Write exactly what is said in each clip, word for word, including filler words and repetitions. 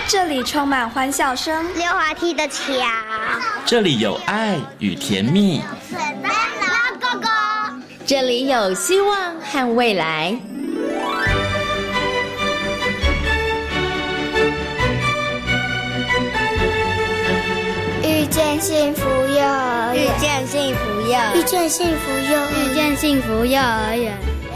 这里充满欢笑声， 溜滑梯的桥， 这里有爱与甜蜜， 水灯笼哥哥， 这里有希望和未来。 遇见幸福幼儿园， 遇见幸福幼儿园， 遇见幸福幼儿园， 遇见幸福幼儿园。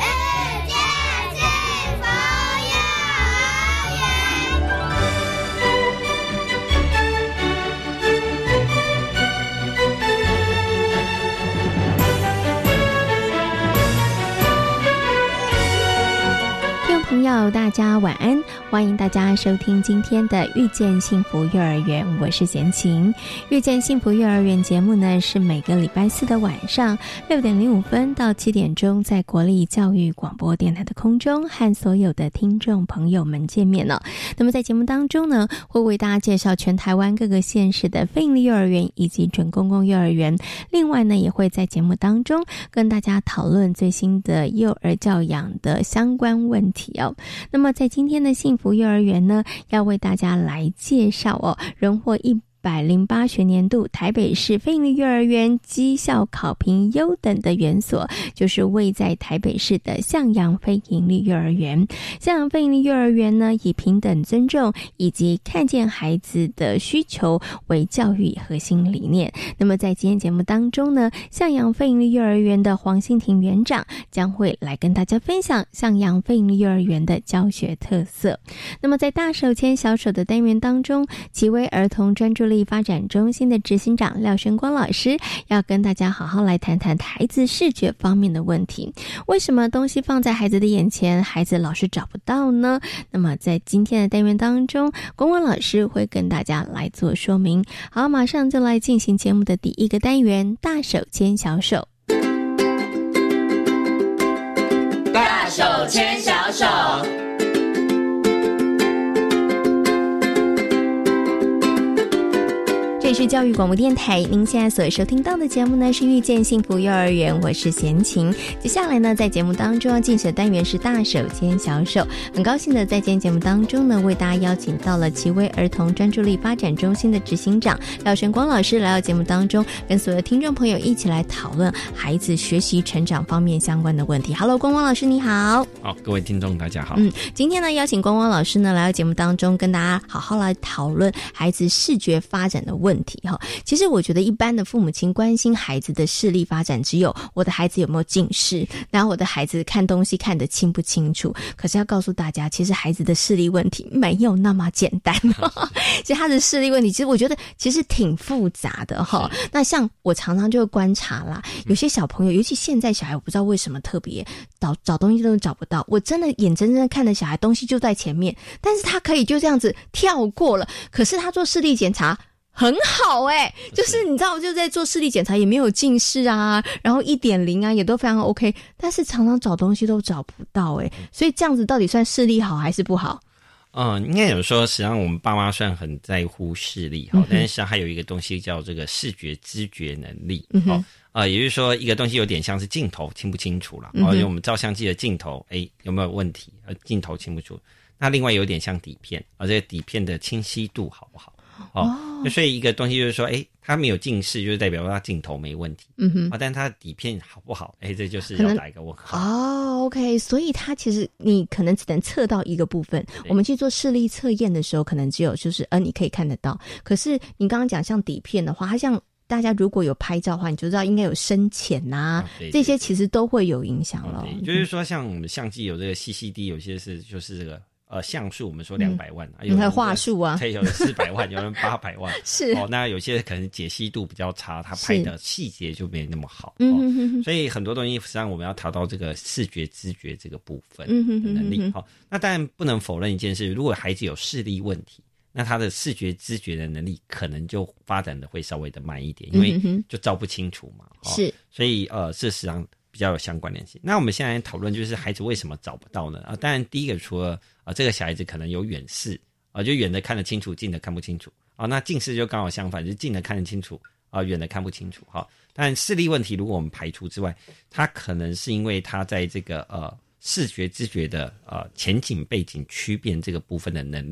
朋友大家晚安，欢迎大家收听今天的遇见幸福幼儿园，我是贤琴。遇见幸福幼儿园节目呢，是每个礼拜四的晚上六点零五分到七点钟，在国立教育广播电台的空中和所有的听众朋友们见面了。那么在节目当中呢，会为大家介绍全台湾各个县市的非营利幼儿园以及准公共幼儿园，另外呢，也会在节目当中跟大家讨论最新的幼儿教养的相关问题哦。那么在今天的幸福幼儿园呢，要为大家来介绍哦，荣获一百零八学年度台北市非营利幼儿园绩效考评优等的园所，就是位在台北市的向阳非营利幼儿园。向阳非营利幼儿园呢，以平等尊重以及看见孩子的需求为教育核心理念。那么在今天节目当中呢，向阳非营利幼儿园的黄欣婷园长将会来跟大家分享向阳非营利幼儿园的教学特色。那么在大手牵小手的单元当中，奇威儿童专注力发展中心的执行长廖宣光老师要跟大家好好来谈谈孩子视觉方面的问题。为什么东西放在孩子的眼前，孩子老是找不到呢？那么在今天的单元当中，光光老师会跟大家来做说明。好，马上就来进行节目的第一个单元，大手牵小手。 大手牵小手。 这里是教育广播电台，您现在所收听到的节目呢是遇见幸福幼儿园，我是贤琴。接下来呢，在节目当中要进行的单元是大手牵小手。很高兴的在今天节目当中呢，为大家邀请到了奇威儿童专注力发展中心的执行长廖宣光老师来到节目当中，跟所有听众朋友一起来讨论孩子学习成长方面相关的问题。Hello， 光光老师你好。 好，各位听众大家好。 嗯，今天呢，邀请光光老师呢来到节目当中，跟大家好好来讨论孩子视觉发展的问题。问题哈，其实我觉得一般的父母亲关心孩子的视力发展，只有我的孩子有没有近视，然后我的孩子看东西看得清不清楚。可是要告诉大家，其实孩子的视力问题没有那么简单。其实他的视力问题，其实我觉得其实挺复杂的哈。那像我常常就会观察啦，有些小朋友，尤其现在小孩，我不知道为什么特别找找东西都找不到。我真的眼睁睁看着小孩东西就在前面，但是他可以就这样子跳过了。可是他做视力检查很好哎、欸，就是你知道，就在做视力检查也没有近视啊，然后 一点零 啊也都非常 OK， 但是常常找东西都找不到哎、欸，所以这样子到底算视力好还是不好？ 嗯，应该有说，实际上我们爸妈虽然很在乎视力哈、嗯，但是实际上还有一个东西叫这个视觉知觉能力，嗯哦，呃，也就是说一个东西有点像是镜头清不清楚啦，嗯、哦，因为我们照相机的镜头，哎，有没有问题？呃，镜头清不清楚？那另外有点像底片，而、哦、这个底片的清晰度好不好？哦，哦所以一个东西就是说，哎，它没有近视，就是代表它镜头没问题。嗯哼，啊，但它的底片好不好？哎，这就是要打一个问号。 哦 ，OK， 所以它其实你可能只能测到一个部分。我们去做视力测验的时候，可能只有就是呃，你可以看得到。可是你刚刚讲像底片的话，它像大家如果有拍照的话，你就知道应该有深浅啊，啊对对对这些其实都会有影响了。 对，就是说像我们相机有这个 C C D， 有些是就是这个。呃，像素我们说两百万，嗯、 有人话术啊， 可以有四百万，有人八百万， 是哦。那有些可能解析度比较差，他拍的细节就没那么好， 嗯哦哼哼哼。 所以很多东西实际上我们要谈到这个视觉知觉这个部分的能力。好、嗯哦，那当然不能否认一件事，如果孩子有视力问题，那他的视觉知觉的能力可能就发展的会稍微的慢一点，因为就照不清楚嘛。哦、 是， 所以呃，事实上。比较有相关联性。那我们现在讨论就是孩子为什么找不到呢？啊，当然第一个除了啊这个小孩子可能有远视啊，就远的看得清楚，近的看不清楚啊。那近视就刚好相反，就是近的看得清楚啊，远的看不清楚。好，但视力问题如果我们排除之外，他可能是因为他在这个呃视觉知觉的呃前景背景区变这个部分的能力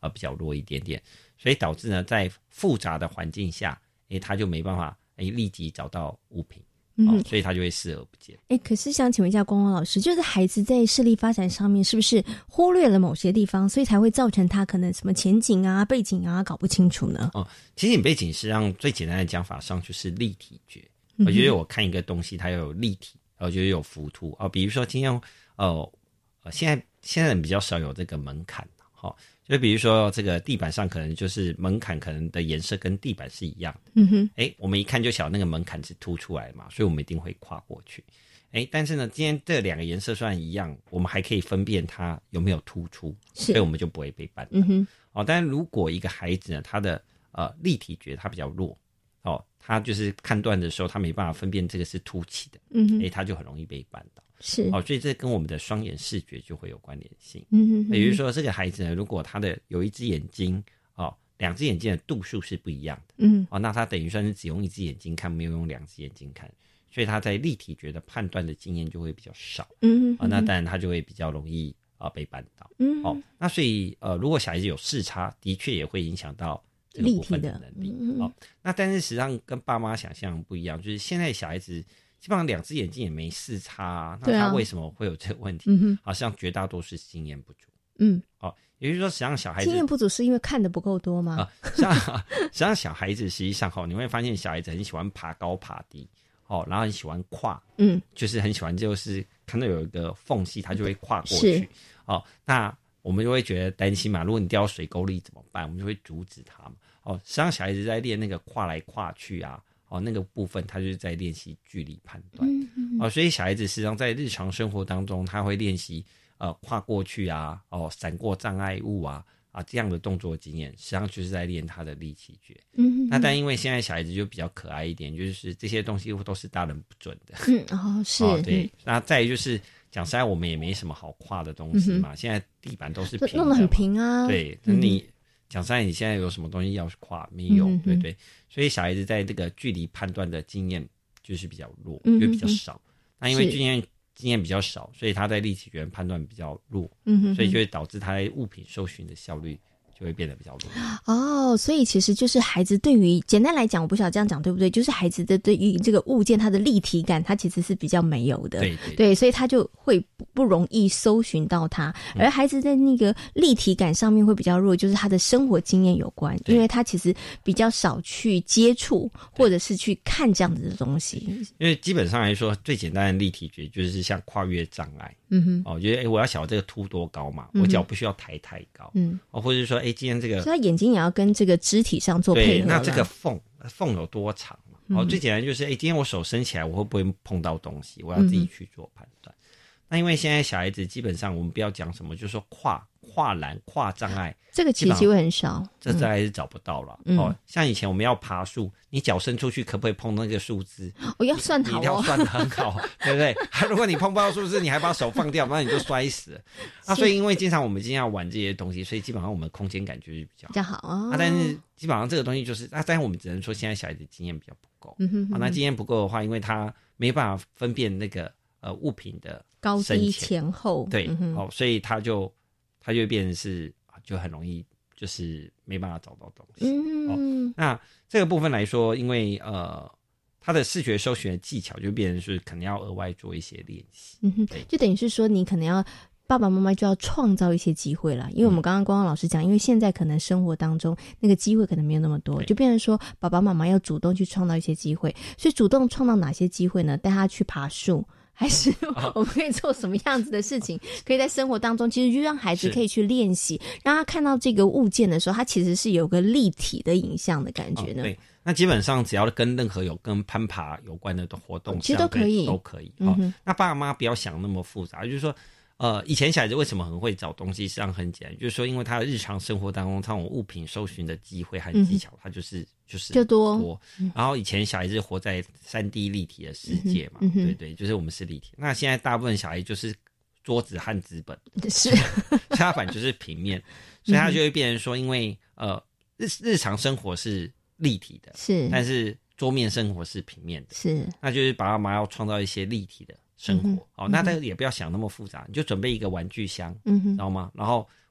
呃比较弱一点点，所以导致呢在复杂的环境下，诶他就没办法诶立即找到物品。 嗯、 哦，所以他就会视而不见。 哎，可是想请问一下光光老师，就是孩子在视力发展上面是不是忽略了某些地方，所以才会造成他可能什么前景啊、背景啊搞不清楚呢？ 哦，前景背景实际上最简单的讲法上就是立体觉。嗯、我觉得我看一个东西，它要有立体，我觉得有浮凸哦。比如说今天呃呃，现在现在人比较少有这个门槛，好、哦。就比如说这个地板上可能就是门槛可能的颜色跟地板是一样的，嗯哼，哎，我们一看就晓得那个门槛是凸出来嘛，所以我们一定会跨过去。哎，但是呢，今天这两个颜色虽然一样，我们还可以分辨它有没有突出，所以我们就不会被绊倒。嗯哼，哦，但是如果一个孩子呢，他的呃立体觉他比较弱，哦，他就是判断的时候他没办法分辨这个是凸起的，嗯哼，哎，他就很容易被绊倒。是哦，所以这跟我们的双眼视觉就会有关联性。嗯哼，比如说这个孩子呢，如果他的有一只眼睛哦，两只眼睛的度数是不一样的，嗯，哦，那他等于算是只用一只眼睛看，没有用两只眼睛看，所以他在立体觉的判断的经验就会比较少。嗯哼，哦，那当然他就会比较容易啊、呃、被绊倒。嗯，哦，那所以呃，如果小孩子有视差，的确也会影响到这个部分的能力。嗯、哦，那但是实际上跟爸妈想象不一样，就是现在小孩子基本上两只眼睛也没视差、啊，那他为什么会有这个问题？嗯、好像绝大多数是经验不足。嗯，哦，也就是说，实际上小孩子经验不足是因为看的不够多吗？ 啊，实际上，实际上小孩子实际上哈，你会发现小孩子很喜欢爬高爬低，哦，然后很喜欢跨，嗯，就是很喜欢，就是看到有一个缝隙，他就会跨过去。哦，那我们就会觉得担心嘛，如果你掉到水沟里怎么办？我们就会阻止他嘛。哦，实际上小孩子在练那个跨来跨去啊。哦，那个部分他就是在练习距离判断、嗯嗯、哦，所以小孩子实际上在日常生活当中，他会练习呃跨过去啊，哦闪过障碍物啊啊这样的动作经验，实际上就是在练他的力气觉。嗯，那但因为现在小孩子就比较可爱一点，就是这些东西都是大人不准的。 嗯，哦是，哦对， 嗯、那再来就是讲实在，我们也没什么好跨的东西嘛，嗯、现在地板都是平的， 弄得很平啊。 对，那你。嗯讲实在，你现在有什么东西要跨没有？嗯、对对，所以小孩子在这个距离判断的经验就是比较弱，嗯、就比较少。那因为经验经验比较少，所以他在立体觉判断比较弱，嗯、所以就会导致他在物品搜寻的效率就会变得比较弱。 哦，所以其实就是孩子对于简单来讲，我不晓得这样讲对不对？就是孩子的对于这个物件它的立体感，它其实是比较没有的， 对 对, 对，所以他就会不容易搜寻到它。而孩子在那个立体感上面会比较弱，就是他的生活经验有关，因为他其实比较少去接触或者是去看这样子的东西。 因为基本上来说，最简单的立体觉就是像跨越障碍。嗯哼，哦，觉得哎，我要晓得这个凸多高嘛，嗯、我脚不需要抬太高。嗯，哦，或者是说，哎，今天这个， 所以他眼睛也要跟这个肢体上做配合。 对，那这个缝缝有多长嘛？嗯、哦，最简单就是，哎，今天我手伸起来，我会不会碰到东西？我要自己去做判断。嗯、那因为现在小孩子基本上，我们不要讲什么，就是说跨跨栏、跨障碍， 这个其实机会很少， 这障碍是找不到了。嗯、哦，像以前我们要爬树，你脚伸出去可不可以碰那个树枝？ 我、哦、要算好、哦， 你一定要算得很好，对不对？如果你碰不到树枝，你还把手放掉，那你就摔死了。那、啊、所以因为经常我们今天要玩这些东西，所以基本上我们空间感就是比较好比较好啊、 哦。但是基本上这个东西就是，那、啊、但是我们只能说现在小孩子经验比较不够。嗯哼哼啊，那经验不够的话，因为他没办法分辨那个呃物品的高低前后， 对，嗯、哦，所以他就他就会变成是就很容易就是没办法找到东西。嗯、哦，那这个部分来说，因为呃他的视觉搜寻的技巧就变成是可能要额外做一些练习。嗯哼， 就等于是说你可能要。爸爸妈妈就要创造一些机会了，因为我们刚刚光光老师讲，因为现在可能生活当中那个机会可能没有那么多，就变成说爸爸妈妈要主动去创造一些机会。所以主动创造哪些机会呢？带他去爬树，还是我们可以做什么样子的事情？可以在生活当中，其实就让孩子可以去练习，让他看到这个物件的时候，他其实是有个立体的影像的感觉呢。 哦，对，那基本上只要跟任何有跟攀爬有关的活动， 其实都可以， 都可以。嗯哦，那爸妈不要想那么复杂，就是说。呃，以前小孩子为什么很会找东西？实际上很简单，就是说，因为他的日常生活当中，他这种物品搜寻的机会和技巧，嗯、他就是就是就多。 多然后以前小孩子活在三 D 立体的世界嘛，嗯、对对，就是我们是立体。那现在大部分小孩就是桌子和纸本， 是插板就是平面，所以他就会变成说，因为呃日日常生活是立体的， 是， 但是桌面生活是平面的， 是， 那就是爸爸妈妈要创造一些立体的。生活，嗯、哦，那但也不要想那么复杂，你就准备一个玩具箱，嗯哼，知道吗？然后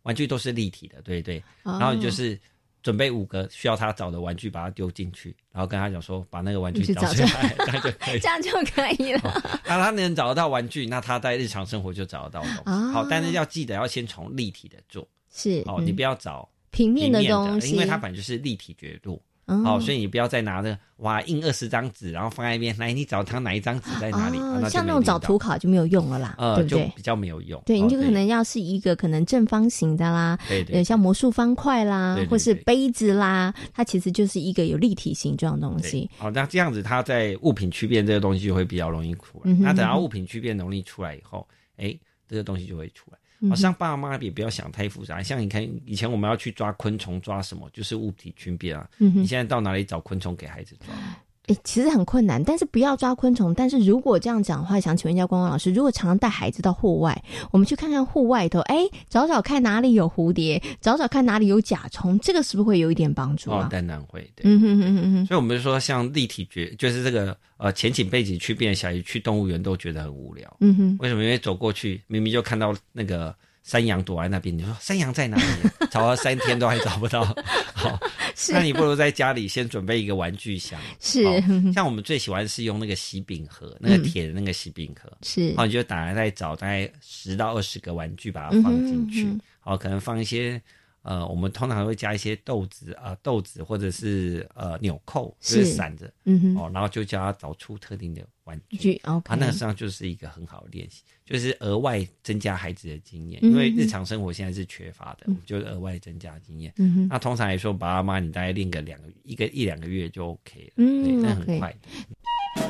玩具都是立体的，对对。然后你就是准备五个需要他找的玩具，把它丢进去，然后跟他讲说把那个玩具找出来，这样就可以， 这样就可以了。 那他能找得到玩具，那他在日常生活就找得到东西。哦、好，但是要记得要先从立体的做， 是哦，你不要找平面的东西，因为它本来就是立体觉度。 哦, 哦，所以你不要再拿着哇印二十张纸，然后放在一边，来你找它哪一张纸在哪里？ 哦啊、那像那种找图考就没有用了啦， 呃， 对不对？ 就比较没有用。 对， 哦、 你就可能要是一个可能正方形的啦， 对对， 像魔术方块啦， 对对对， 或是杯子啦，它其实就是一个有立体形状的东西。 好、哦，那这样子它在物品区别这个东西就会比较容易出来。嗯、那等到物品区别能力出来以后，哎，这个东西就会出来。好像爸妈也不要想太复杂，像你看以前我们要去抓昆虫抓什么，就是物体区别啊、嗯。你现在到哪里找昆虫给孩子抓？ 欸、其实很困难，但是不要抓昆虫。但是如果这样讲的话，想请问一下光光老师，如果常常带孩子到户外，我们去看看户外头，哎、欸，找找看哪里有蝴蝶，找找看哪里有甲虫，这个是不是会有一点帮助啊？ 哦，当然会。对， 嗯哼哼哼哼。 所以我们说，像立体觉，就是这个呃前景背景区别的小孩去动物园都觉得很无聊。 嗯哼。 为什么？因为走过去明明就看到那个山羊躲在那边，你说山羊在哪里？找了三天都还找不到。好，那你不如在家里先准备一个玩具箱。 是， 像我们最喜欢是用那个喜饼盒，那个铁的那个喜饼盒。 是， 然后你就打来再找大概十到二十个玩具，把它放进去。嗯、好，可能放一些呃，我们通常会加一些豆子啊、呃，豆子或者是呃纽扣，就是散着。嗯哼。哦，然后就叫他找出特定的玩具。 OK。 啊，那个实际上就是一个很好的练习。就是额外增加孩子的经验，因为日常生活现在是缺乏的，嗯、我们就额外增加经验。嗯、那通常来说，爸爸妈妈你大概练个两个一个一两个月就 OK 了，嗯，对，那很快的。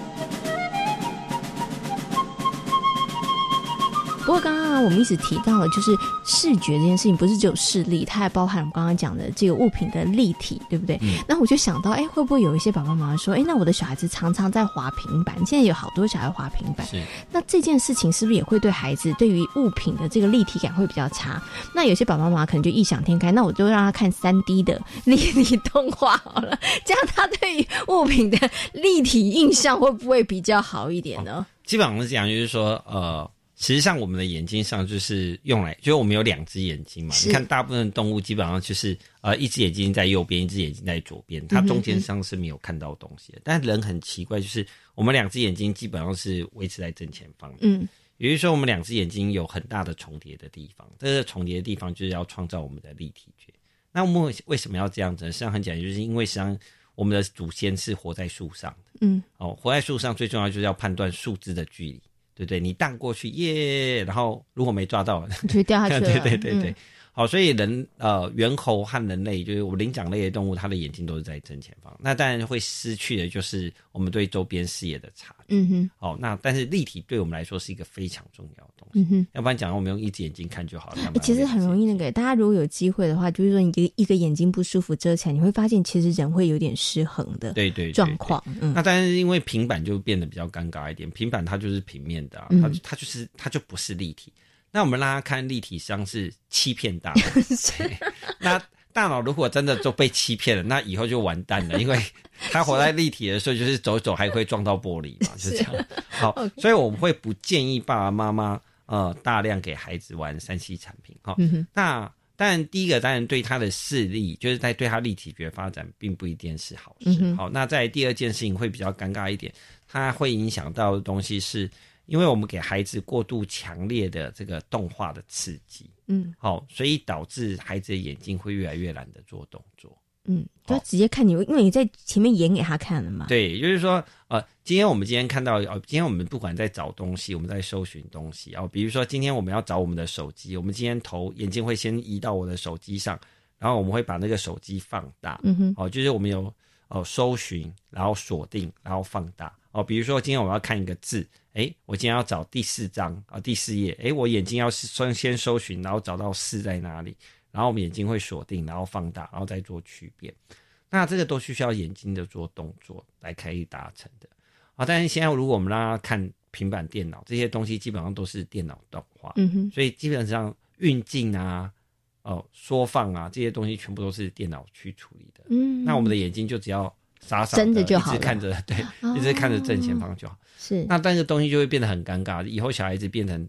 不过刚刚我们一直提到了，就是视觉这件事情，不是只有视力，它还包含我们刚刚讲的这个物品的立体，对不对？嗯、那我就想到，哎，会不会有一些爸爸妈妈说，哎，那我的小孩子常常在滑平板，现在有好多小孩滑平板，那这件事情是不是也会对孩子对于物品的这个立体感会比较差？那有些爸爸妈妈可能就异想天开，那我就让他看三 D 的立体动画好了，这样他对于物品的立体印象会不会比较好一点呢？哦、 基本上是讲，就是说，呃。实际上，我们的眼睛上就是用来，就是我们有两只眼睛嘛。你看，大部分动物基本上就是呃，一只眼睛在右边，一只眼睛在左边，它中间上是没有看到东西的。嗯、但人很奇怪，就是我们两只眼睛基本上是维持在正前方的。嗯，也就是说，我们两只眼睛有很大的重叠的地方，这个重叠的地方就是要创造我们的立体觉。那我们为什么要这样子呢？实际上很简单，就是因为实际上我们的祖先是活在树上的。嗯，哦，活在树上最重要就是要判断树枝的距离。对对，你荡过去耶，然后如果没抓到， 就掉下去了。 对对对对，嗯、好，所以人呃，猿猴和人类，就是我们灵长类的动物，它的眼睛都是在正前方。那当然会失去的就是我们对周边视野的察觉。嗯哼，好，那但是立体对我们来说是一个非常重要的东西。嗯哼，要不然讲我们用一只眼睛看就好了。 欸、其实很容易那个，大家如果有机会的话，就是说你一个一个眼睛不舒服遮起来，你会发现其实人会有点失衡的对对状况。嗯， 那但是因为平板就变得比较尴尬一点，平板它就是平面的、啊，它它就是它就不是立体。那我们让他看立体上是欺骗大脑，那大脑如果真的就被欺骗了，那以后就完蛋了，因为他活在立体的时候，就是走走还会撞到玻璃嘛，就这样。好， okay. 所以我们会不建议爸爸妈妈呃大量给孩子玩 三 C 产品哈、嗯。那当然第一个当然对他的视力，就是在对他立体觉发展并不一定是好事。嗯、好，那在第二件事情会比较尴尬一点，它会影响到的东西是。因为我们给孩子过度强烈的这个动画的刺激，嗯，好、哦，所以导致孩子的眼睛会越来越懒得做动作， 嗯，就直接看你，因为你在前面演给他看了嘛。 对，也就是说，呃，今天我们今天看到，呃，今天我们不管在找东西，我们在搜寻东西，哦，比如说今天我们要找我们的手机，我们今天头眼睛会先移到我的手机上，然后我们会把那个手机放大，嗯哼，哦，就是我们有哦搜寻，然后锁定，然后放大。哦，比如说今天我要看一个字，诶，我今天要找第四章啊，第四页，诶，我眼睛要先先搜寻，然后找到四在哪里，然后我们眼睛会锁定，然后放大，然后再做区别。那这个都需要眼睛的做动作来可以达成的啊。但是现在如果我们让他看平板电脑，这些东西基本上都是电脑动画，嗯哼，所以基本上运镜啊、哦缩放啊这些东西全部都是电脑去处理的。嗯，那我们的眼睛就只要。傻傻的真的就好了， 一直看着，对，哦、一直看着正前方就好。 是， 那但是东西就会变得很尴尬。以后小孩子变成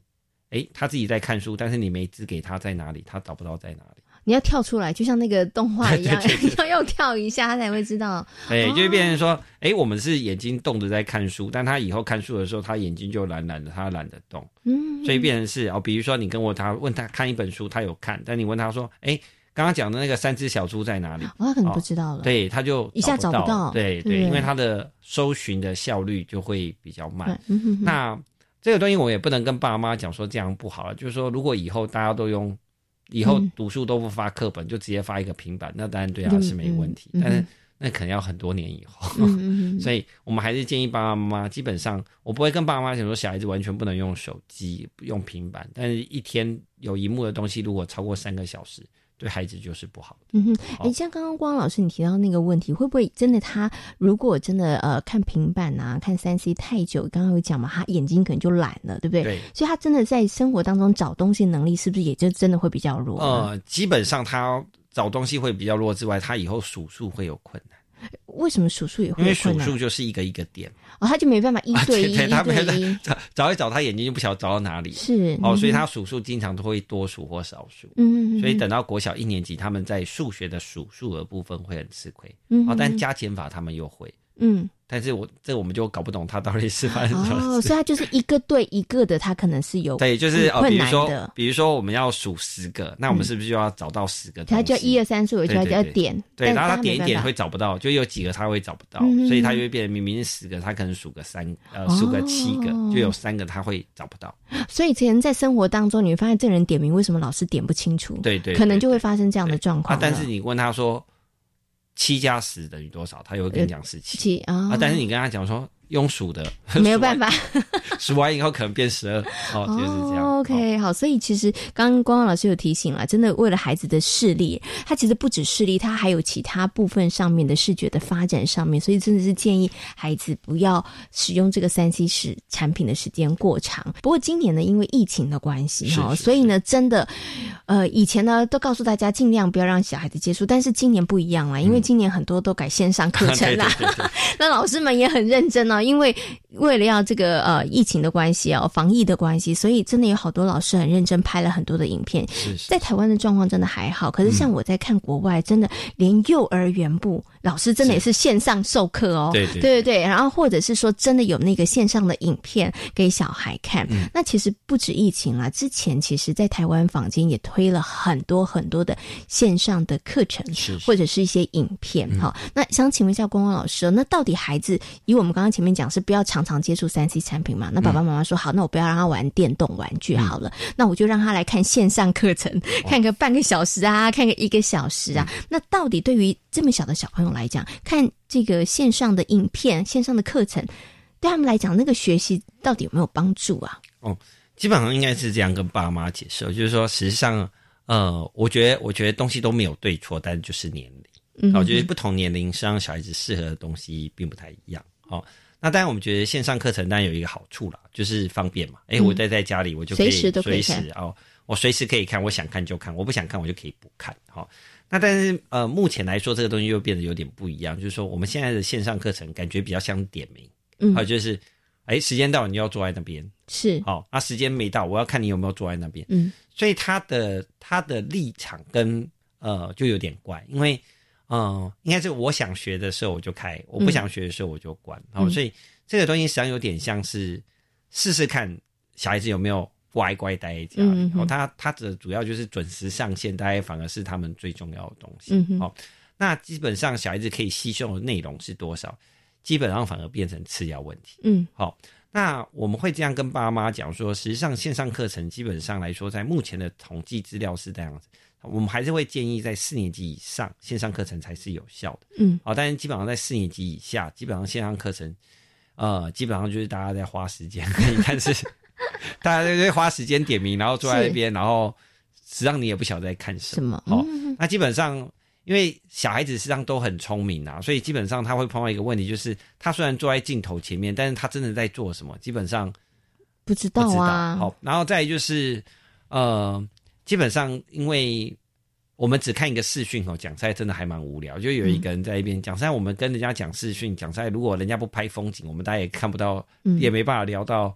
诶，他自己在看书，但是你没指给他在哪里，他找不到在哪里。 你要跳出来，就像那个动画一样，对对对对要又跳一下，他才会知道。 对，就会变成说，哎、哦，我们是眼睛动着在看书，但他以后看书的时候，他眼睛就懒懒的，他懒得动。嗯，所以变成是哦，比如说你跟我他问他看一本书，他有看，但你问他说，哎，刚刚讲的那个三只小猪在哪里？ 哦，他可能不知道了。 哦、对，他就一下找不到。 对 对, 对，因为他的搜寻的效率就会比较慢。嗯哼哼那这个东西我也不能跟爸妈讲说这样不好了，就是说如果以后大家都用。以后读书都不发课本、嗯、就直接发一个平板，那当然对他是没问题、嗯、但是那可能要很多年以后、嗯、所以我们还是建议爸爸妈妈，基本上我不会跟爸妈讲说小孩子完全不能用手机用平板，但是一天有萤幕的东西如果超过三个小时对孩子就是不好的。 嗯哼，哎、欸，像刚刚光老师你提到那个问题，会不会真的他如果真的呃看平板啊看三 C 太久，刚刚有讲嘛，他眼睛可能就懒了，对不对？ 对， 所以他真的在生活当中找东西能力是不是也就真的会比较弱？ 呃，基本上他找东西会比较弱之外，他以后数数会有困难。 为什么数数也会有困难？因为数数就是一个一个点哦，他就没办法一对一、啊、对对一对一找找一找，他眼睛就不晓得找到哪里是哦，所以他数数经常都会多数或少数。嗯，所以等到国小一年级，他们在数学的数数的部分会很吃亏。嗯，哦，但加减法他们又会。嗯，但是我这我们就搞不懂他到底是发生什么事。 哦，所以他就是一个对一个的，他可能是有对，就是哦， 比如说，比如说我们要数十个，那我们是不是就要找到十个东西？ 他就一二三四五，就要要点。 对，然后他点一点会找不到，就有几个他会找不到，嗯、所以他就会变成明明是十个，他可能数个三呃数个七个，哦、就有三个他会找不到。 所以之前在生活当中，你会发现这个人点名为什么老是点不清楚？ 对 对, 对， 可能就会发生这样的状况、 啊。但是你问他说。七加十等于多少？他又会跟你讲十七。 七啊、 哦！但是你跟他讲说用数的， 没有办法， 数完以后可能变十二哦，就是这样。 哦、OK， 好，所以其实刚刚光光老师有提醒了，真的为了孩子的视力，他其实不止视力，他还有其他部分上面的视觉的发展上面，所以真的是建议孩子不要使用这个三 C 时产品的时间过长。不过今年呢，因为疫情的关系哈，所以呢，真的，呃，以前呢都告诉大家尽量不要让小孩子接触，但是今年不一样了，因为今年很多都改线上课程啦，对对对对那老师们也很认真哦，因为为了要这个呃疫情的关系哦，防疫的关系，所以真的有好多老师很认真拍了很多的影片。 是是在台湾的状况真的还好，可是像我在看国外，嗯、真的连幼儿园部老师真的也是线上授课哦， 对对 对, 对对对，然后或者是说真的有那个线上的影片给小孩看。嗯、那其实不止疫情啦，之前其实在台湾坊间也推了很多很多的线上的课程， 是是或者是一些影片哈、嗯。那想请问一下光光老师，那到底孩子以我们刚刚前面讲是不要常常接触三 C 产品嘛？那爸爸妈妈说、嗯、好，那我不要让他玩电动玩具好了，嗯、那我就让他来看线上课程，看个半个小时啊，看个一个小时啊。嗯、那到底对于这么小的小朋友来讲，看这个线上的影片、线上的课程，对他们来讲，那个学习到底有没有帮助啊？ 哦，基本上应该是这样跟爸妈解释，就是说，实际上，呃，我觉得，我觉得东西都没有对错，但就是年龄。嗯，我觉得不同年龄是让小孩子适合的东西并不太一样。哦，那当然我们觉得线上课程当然有一个好处啦，就是方便嘛。诶、欸、我待在家里我就可以随时都可以看， 随时哦，我随时可以看，我想看就看，我不想看我就可以不看。好、哦，那但是呃目前来说这个东西又变得有点不一样，就是说我们现在的线上课程感觉比较像点名，嗯，好、哦，就是诶时间到了你要坐在那边， 是， 好、哦，那时间没到我要看你有没有坐在那边，嗯，所以他的他的立场跟呃就有点怪，因为。嗯，应该是我想学的时候我就开，我不想学的时候我就关。然后、嗯哦、所以这个东西实际上有点像是试试看小孩子有没有乖乖待在家里。嗯、哦，他他的主要就是准时上线，大概反而是他们最重要的东西。嗯、哦，那基本上小孩子可以吸收的内容是多少，基本上反而变成次要问题。嗯，好、哦，那我们会这样跟爸妈讲说，实际上线上课程基本上来说，在目前的统计资料是这样子。我们还是会建议在四年级以上线上课程才是有效的，嗯，好、哦，但是基本上在四年级以下，基本上线上课程，呃，基本上就是大家在花时间，但是大家在花时间点名，然后坐在那边，然后实际上你也不晓得在看什么，什么哦、嗯，那基本上因为小孩子实际上都很聪明啊，所以基本上他会碰到一个问题，就是他虽然坐在镜头前面，但是他真的在做什么，基本上不知道啊。 好，然后再来就是呃。基本上，因为我们只看一个视讯哦，讲出来真的还蛮无聊。就有一个人在一边讲出来，我们跟人家讲视讯，讲出来如果人家不拍风景，我们大家也看不到，嗯、也没办法聊到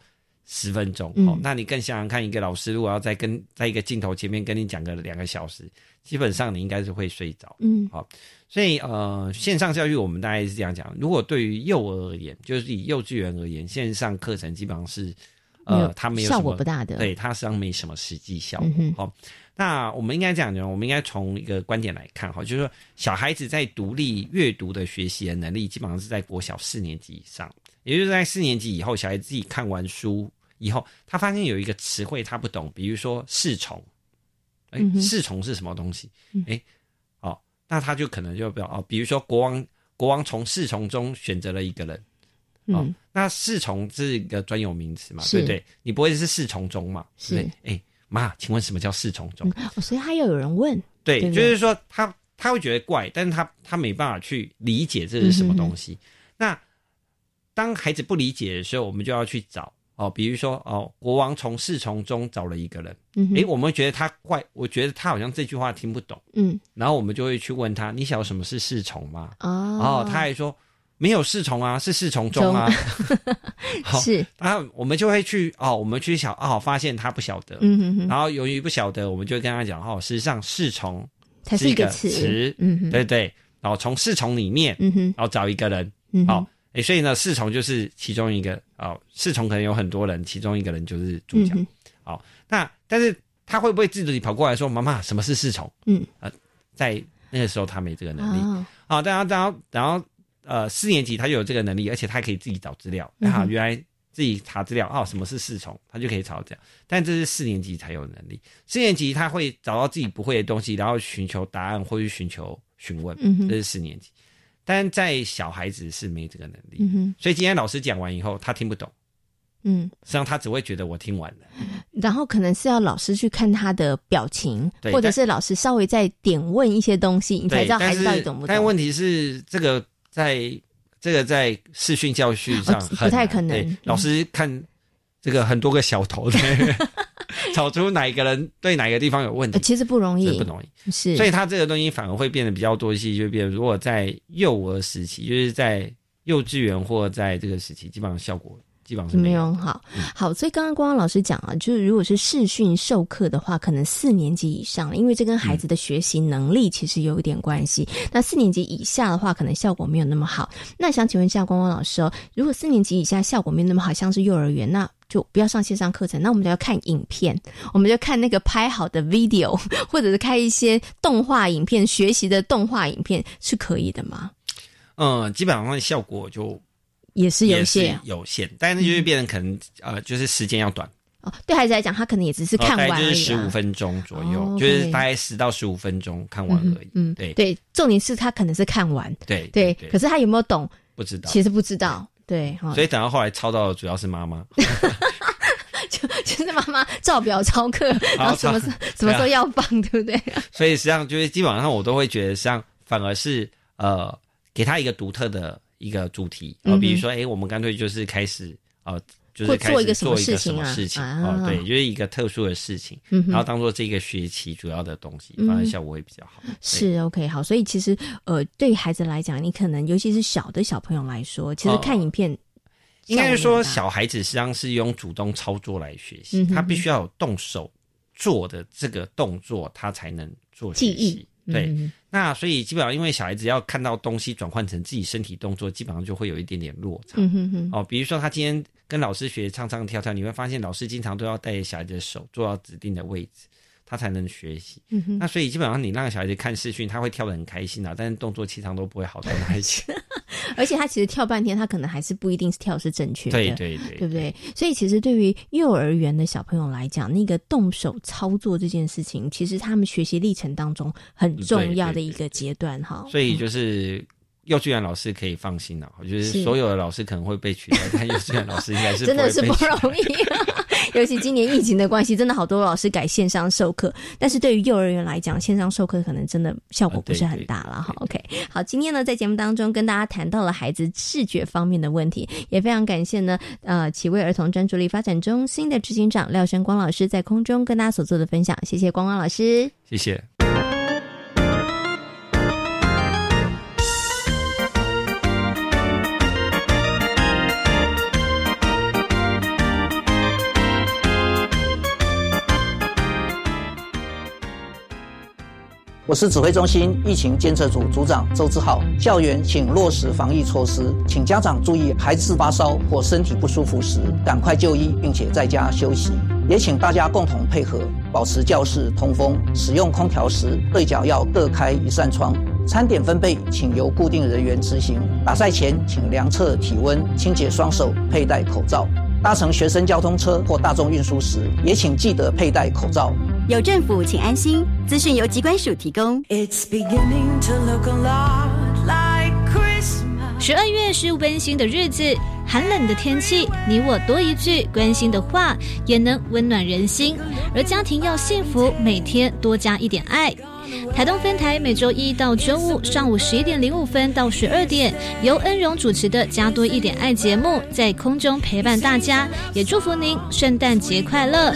十分钟、 嗯哦，那你更想想看，一个老师如果要在跟在一个镜头前面跟你讲个两个小时，基本上你应该是会睡着。 嗯， 好、哦，所以呃，线上教育我们大概是这样讲。如果对于幼儿而言，就是以幼稚园而言，线上课程基本上是呃，它没有什么效果不大的， 对，它实际上没什么实际效果。好、 嗯哦，那我们应该这样讲，我们应该从一个观点来看哈，就是说小孩子在独立阅读的学习的能力，基本上是在国小四年级以上，也就是在四年级以后，小孩子自己看完书以后，他发现有一个词汇他不懂，比如说侍从，哎、 嗯， 侍从是什么东西？哎，哦，那他就可能就比较哦，比如说国王，国王从侍从中选择了一个人。哦、 嗯， 那侍从是一个专有名词嘛， 是对不对？你不会是侍从中嘛？ 是， 对不对？哎，妈，请问什么叫侍从中、 嗯哦？所以他要有人问， 对， 对对就是说他他会觉得怪，但是他他没办法去理解这是什么东西。嗯、那当孩子不理解的时候，我们就要去找哦，比如说哦，国王从侍从中找了一个人， 嗯， 哎，我们觉得他怪，我觉得他好像这句话听不懂， 嗯， 然后我们就会去问他，你晓得什么是侍从吗？ 哦， 然后他还说。没有侍从啊，是侍从中啊。 是， 然后我们就会去哦，我们去想哦，发现他不晓得， 嗯哼哼， 然后由于不晓得，我们就会跟他讲哦，实际上侍从才是一个词， 嗯哼，对对，然后从侍从里面，嗯哼，然后找一个人，嗯，好，哎，所以呢，侍从就是其中一个哦，侍从可能有很多人，其中一个人就是主角，好、嗯，那但是他会不会自己跑过来说妈妈什么是侍从？嗯，呃，在那个时候他没这个能力， 哦， 好，然后然后然后。呃，四年级他就有这个能力，而且他可以自己找资料。啊、嗯，原来自己查资料哦，什么是侍从，他就可以找这样。但这是四年级才有能力。四年级他会找到自己不会的东西，然后寻求答案或去寻求询问，嗯，这是四年级。但在小孩子是没这个能力，嗯，所以今天老师讲完以后，他听不懂，嗯，实际上他只会觉得我听完了， 然后可能是要老师去看他的表情，或者是老师稍微再点问一些东西，你才知道孩子到底懂不懂。 但问题是这个。在这个在视讯教育上、哦、 不太可能， 嗯、老师看这个很多个小头的，找出哪一个人对哪个地方有问题， 呃、其实不容易， 不容易， 是， 所以他这个东西反而会变得比较多一些，就变成如果在幼儿时期，就是在幼稚园或在这个时期，基本上效果。基本上是没有好、嗯、好，所以刚刚光光老师讲啊，就是如果是视讯授课的话，可能四年级以上，因为这跟孩子的学习能力其实有一点关系。嗯、那四年级以下的话，可能效果没有那么好。那想请问一下光光老师哦，如果四年级以下效果没有那么好，像是幼儿园，那就不要上线上课程，那我们就要看影片，我们就看那个拍好的 video， 或者是看一些动画影片，学习的动画影片是可以的吗？ 嗯，基本上效果就。 也是有限， 也是有限，但是就是变成可能、嗯、呃，就是时间要短哦。对孩子来讲，他可能也只是看完而已、 哦、就是十五分钟左右，哦、就是大概十到十五分钟看完而已。 嗯， 对对，重点是他可能是看完， 对对, 对, 对， 可是他有没有懂？ 不知道， 其实不知道。对，哦、 所以等到后来抄到的主要是妈妈， 就就是妈妈照表操课，然后什么时什么时候要放，对不对？ 所以实际上就是基本上我都会觉得，像反而是呃，给他一个独特的。一个主题啊、呃，比如说，哎、欸，我们干脆就是开始呃，就是开始做一个什么事情啊？事情啊、呃，对，就是一个特殊的事情，嗯、然后当做这个学期主要的东西，反而效果会比较好。嗯、 是 OK 好，所以其实呃，对孩子来讲，你可能尤其是小的小朋友来说，其实看影片、呃， 应该是说小孩子实际上是用主动操作来学习，嗯、他必须要有动手做的这个动作，他才能做学习。记忆对。嗯那所以基本上，因为小孩子要看到东西转换成自己身体动作，基本上就会有一点点落差。嗯哼哼。哦，比如说他今天跟老师学唱唱跳跳，你会发现老师经常都要带着小孩子的手做到指定的位置，他才能学习。嗯哼。那所以基本上你让小孩子看视讯，他会跳得很开心啊，但是动作其实都不会好到哪里去。 而且他其实跳半天，他可能还是不一定是跳是正确的， 对对 对, 对，对不对？所以其实对于幼儿园的小朋友来讲，那个动手操作这件事情，其实他们学习历程当中很重要的一个阶段哈。 所以就是幼稚园老师可以放心了，我觉得所有的老师可能会被取代，但幼稚园老师应该是不会被取代真的是不容易。尤其今年疫情的关系，真的好多老师改线上授课，但是对于幼儿园来讲，线上授课可能真的效果不是很大了哈。OK， 好，今天呢在节目当中跟大家谈到了孩子视觉方面的问题，也非常感谢呢呃启卫儿童专注力发展中心的执行长廖笙光老师在空中跟大家所做的分享，谢谢光光老师， 谢谢。 我是指挥中心疫情监测组组长周志浩。校园请落实防疫措施，请家长注意孩子发烧或身体不舒服时赶快就医，并且在家休息。也请大家共同配合，保持教室通风，使用空调时对角要各开一扇窗。餐点分配请由固定人员执行。打赛前请量测体温，清洁双手，佩戴口罩。搭乘学生交通车或大众运输时，也请记得佩戴口罩。 有政府请安心，资讯由疾管署提供。 It's beginning to look a lot like Christmas。 十二月是温馨的日子，寒冷的天气，你我多一句关心的话也能温暖人心。而家庭要幸福，每天多加一点爱。台东分台每周一到周五上午十一点零五分到十二点，由恩荣主持的加多一点爱节目在空中陪伴大家，也祝福您圣诞节快乐。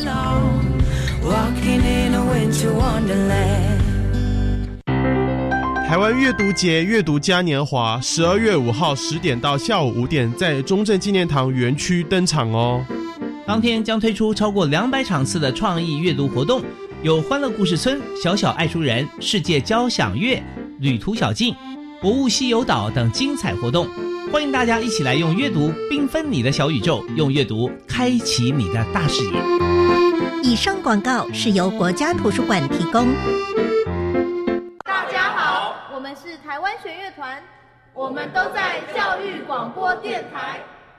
台湾阅读节阅读嘉年华十二月五号十点到下午五点在中正纪念堂园区登场哦。 当天将推出超过两百场次的创意阅读活动，有欢乐故事村、小小爱书人、世界交响乐、旅途小径、博物西游岛等精彩活动。欢迎大家一起来用阅读缤纷你的小宇宙，用阅读开启你的大视野。 以上广告是由国家图书馆提供。 大家好，我们是台湾弦乐团，我们都在教育广播电台。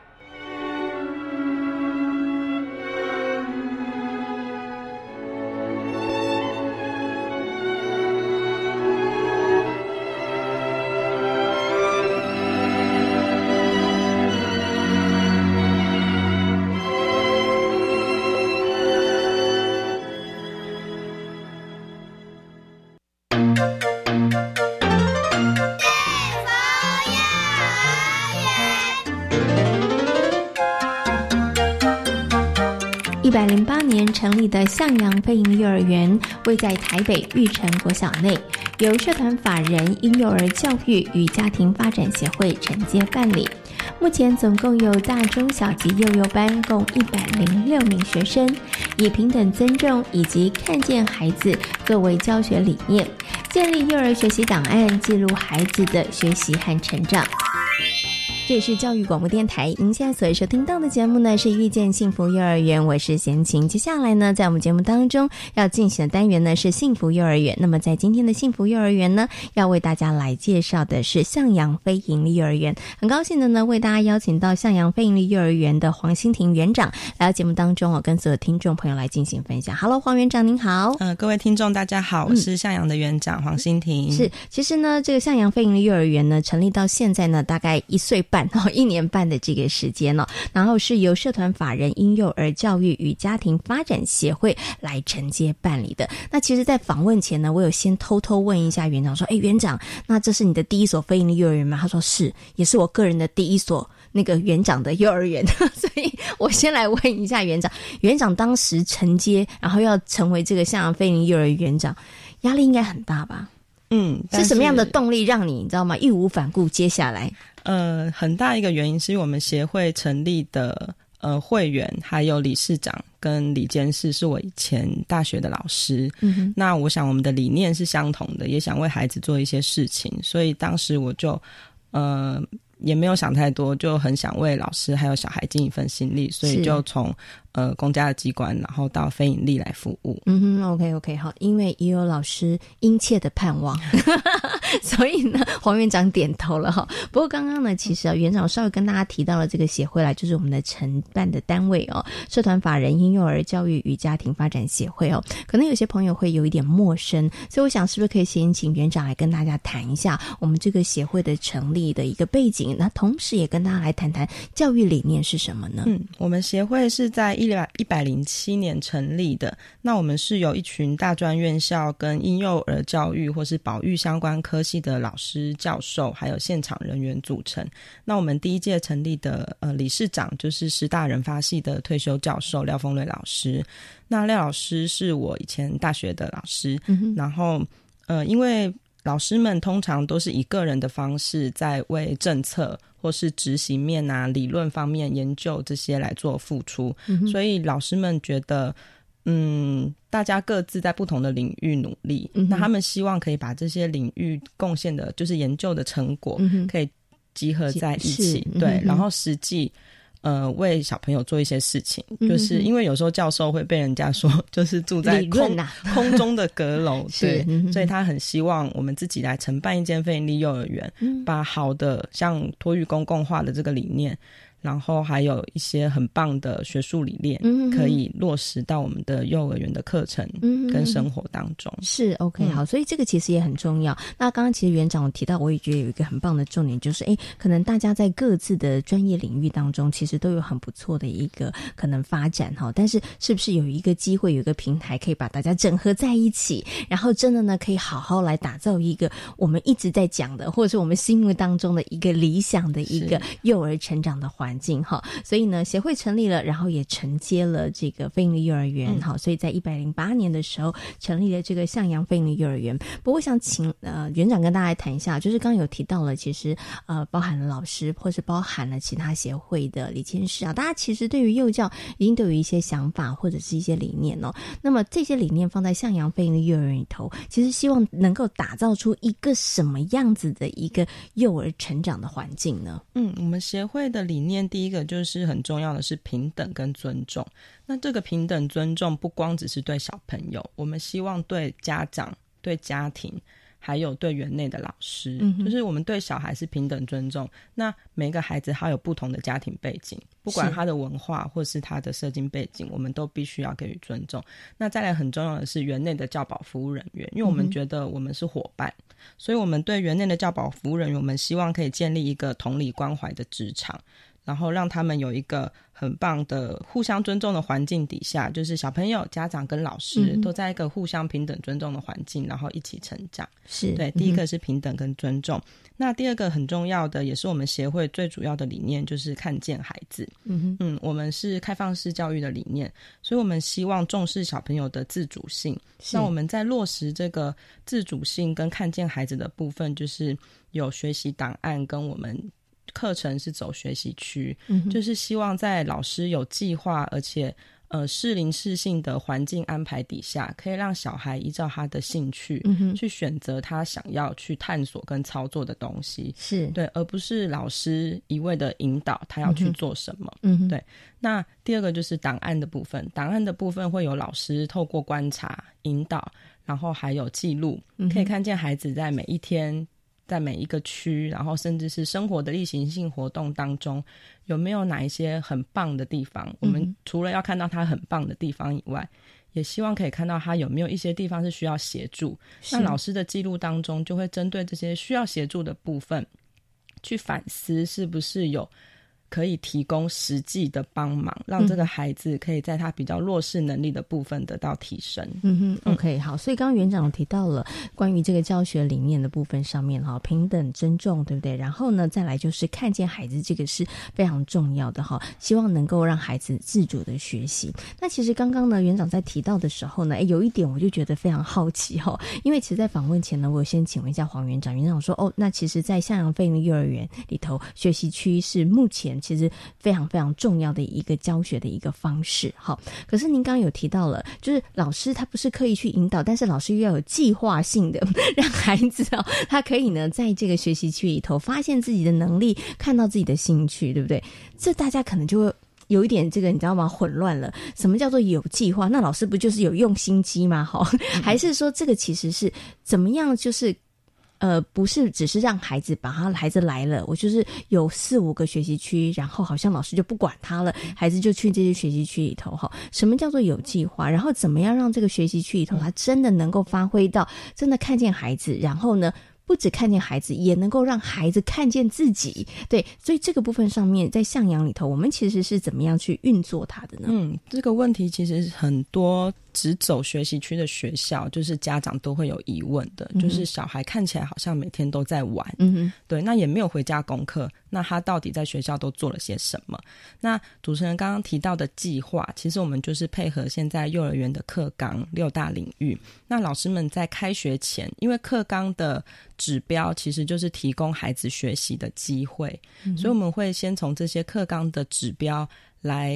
一百零八年成立的向阳飞鹰幼儿园位在台北玉成国小内，由社团法人婴幼儿教育与家庭发展协会承接办理。目前总共有大中小及幼幼班共一百零六名学生，以平等尊重以及看见孩子作为教学理念，建立幼儿学习档案，记录孩子的学习和成长。这里是教育广播电台，您现在所收听到的节目呢是遇见幸福幼儿园，我是贤琴。接下来呢，在我们节目当中要进行的单元呢是幸福幼儿园。那么在今天的幸福幼儿园呢，要为大家来介绍的是向阳非营利幼儿园。很高兴的呢，为大家邀请到向阳非营利幼儿园的黄欣婷园长来到节目当中哦，跟所有听众朋友来进行分享。Hello， 黄园长您好。 呃，各位听众大家好，我是向阳的园长、嗯、黄欣婷。 是，其实呢，这个向阳非营利幼儿园呢，成立到现在呢，大概一岁半哦，一年半的这个时间哦，然后是由社团法人婴幼儿教育与家庭发展协会来承接办理的。那其实在访问前呢，我有先偷偷问一下园长说，诶，园长，那这是你的第一所非营利幼儿园吗？他说是，也是我个人的第一所那个园长的幼儿园。所以我先来问一下园长，园长当时承接然后要成为这个向阳非营利幼儿园园长，压力应该很大吧？ 嗯， 是什么样的动力让你你知道吗，义无反顾接下来？ 呃，很大一个原因是因为我们协会成立的呃会员还有理事长跟理监事是我以前大学的老师，嗯哼，那我想我们的理念是相同的，也想为孩子做一些事情，所以当时我就呃也没有想太多，就很想为老师还有小孩尽一份心力，所以就从呃公家的机关然后到非营利来服务。 嗯哼 OK OK 好，因为也有老师殷切的盼望所以呢黄园长点头了哈。不过刚刚呢其实啊园长稍微跟大家提到了这个协会啦，就是我们的承办的单位哦，社团法人婴幼儿教育与家庭发展协会哦，可能有些朋友会有一点陌生，所以我想是不是可以先请园长来跟大家谈一下我们这个协会的成立的一个背景，那同时也跟大家来谈谈教育理念是什么呢？ 嗯，我们协会是在一百零七年成立的，那我们是由一群大专院校跟婴幼儿教育或是保育相关科系的老师教授还有现场人员组成。那我们第一届成立的呃理事长就是师大人发系的退休教授廖凤瑞老师，那廖老师是我以前大学的老师，嗯、然后呃因为老师们通常都是以个人的方式在为政策或是执行面啊理论方面研究这些来做付出、嗯、所以老师们觉得嗯，大家各自在不同的领域努力，嗯、那他们希望可以把这些领域贡献的，就是研究的成果，嗯、可以集合在一起，对，嗯、然后实际。呃，为小朋友做一些事情，嗯、就是因为有时候教授会被人家说，就是住在空、啊、空中的阁楼，对、嗯，所以他很希望我们自己来承办一间非营利幼儿园，嗯、把好的像托育公共化的这个理念。然后还有一些很棒的学术理念，嗯、可以落实到我们的幼儿园的课程跟生活当中。 嗯、是 OK、嗯、好，所以这个其实也很重要。那刚刚其实园长有提到，我也觉得有一个很棒的重点，就是哎，可能大家在各自的专业领域当中，其实都有很不错的一个可能发展哈。但是是不是有一个机会，有一个平台，可以把大家整合在一起，然后真的呢，可以好好来打造一个我们一直在讲的，或者是我们心目当中的一个理想的一个幼儿成长的环境哈。所以呢，协会成立了，然后也承接了这个非营利幼儿园哈、嗯。所以在一百零八年的时候，成立了这个向阳非营利幼儿园。不过，我想请呃园长跟大家来谈一下，就是刚刚有提到了，其实呃包含了老师，或是包含了其他协会的理监事啊，大家其实对于幼教一定都有一些想法或者是一些理念哦。那么这些理念放在向阳非营利幼儿园里头，其实希望能够打造出一个什么样子的一个幼儿成长的环境呢？ 嗯，我们协会的理念第一个就是很重要的是平等跟尊重。那这个平等尊重不光只是对小朋友，我们希望对家长、对家庭还有对园内的老师、嗯、就是我们对小孩是平等尊重。那每个孩子他有不同的家庭背景，不管他的文化或是他的社经背景，我们都必须要给予尊重。那再来很重要的是园内的教保服务人员，因为我们觉得我们是伙伴、嗯、所以我们对园内的教保服务人员，我们希望可以建立一个同理关怀的职场，然后让他们有一个很棒的互相尊重的环境底下，就是小朋友、家长跟老师都在一个互相平等尊重的环境，然后一起成长。是对，第一个是平等跟尊重、嗯、那第二个很重要的，也是我们协会最主要的理念，就是看见孩子。嗯嗯，我们是开放式教育的理念，所以我们希望重视小朋友的自主性。那我们在落实这个自主性跟看见孩子的部分，就是有学习档案跟我们课程是走学习区、嗯、就是希望在老师有计划而且呃适龄适性的环境安排底下，可以让小孩依照他的兴趣、嗯、去选择他想要去探索跟操作的东西，是对，而不是老师一味的引导他要去做什么。嗯，对。那第二个就是档案的部分，档案的部分会有老师透过观察引导，然后还有记录、嗯、可以看见孩子在每一天在每一个区，然后甚至是生活的例行性活动当中，有没有哪一些很棒的地方、嗯、我们除了要看到他很棒的地方以外，也希望可以看到他有没有一些地方是需要协助。那老师的记录当中就会针对这些需要协助的部分去反思，是不是有可以提供实际的帮忙，让这个孩子可以在他比较弱势能力的部分得到提升。 嗯哼 OK 好，所以刚刚园长有提到了关于这个教学理念的部分上面哈，平等尊重，对不对？然后呢再来就是看见孩子，这个是非常重要的哈，希望能够让孩子自主的学习。那其实刚刚呢园长在提到的时候呢，有一点我就觉得非常好奇哈，因为其实在访问前呢，我有先请问一下黄园长，园长说哦，那其实在向阳非营利幼儿园里头，学习区是目前其实非常非常重要的一个教学的一个方式。好，可是您刚刚有提到了，就是老师他不是刻意去引导，但是老师又要有计划性的让孩子哦，他可以呢在这个学习区里头发现自己的能力，看到自己的兴趣，对不对？这大家可能就会有一点这个你知道吗混乱了，什么叫做有计划？那老师不就是有用心机吗？好，还是说这个其实是怎么样，就是呃，不是只是让孩子把他孩子来了，我就是有四五个学习区，然后好像老师就不管他了，孩子就去这些学习区里头哈。什么叫做有计划？然后怎么样让这个学习区里头他真的能够发挥到，真的看见孩子，然后呢不只看见孩子，也能够让孩子看见自己。对，所以这个部分上面在向阳里头，我们其实是怎么样去运作它的呢？嗯， 这个问题其实很多只走学习区的学校，就是家长都会有疑问的、嗯、就是小孩看起来好像每天都在玩，嗯，对，那也没有回家功课，那他到底在学校都做了些什么？那主持人刚刚提到的计划，其实我们就是配合现在幼儿园的课纲六大领域，那老师们在开学前，因为课纲的指标其实就是提供孩子学习的机会、嗯、所以我们会先从这些课纲的指标来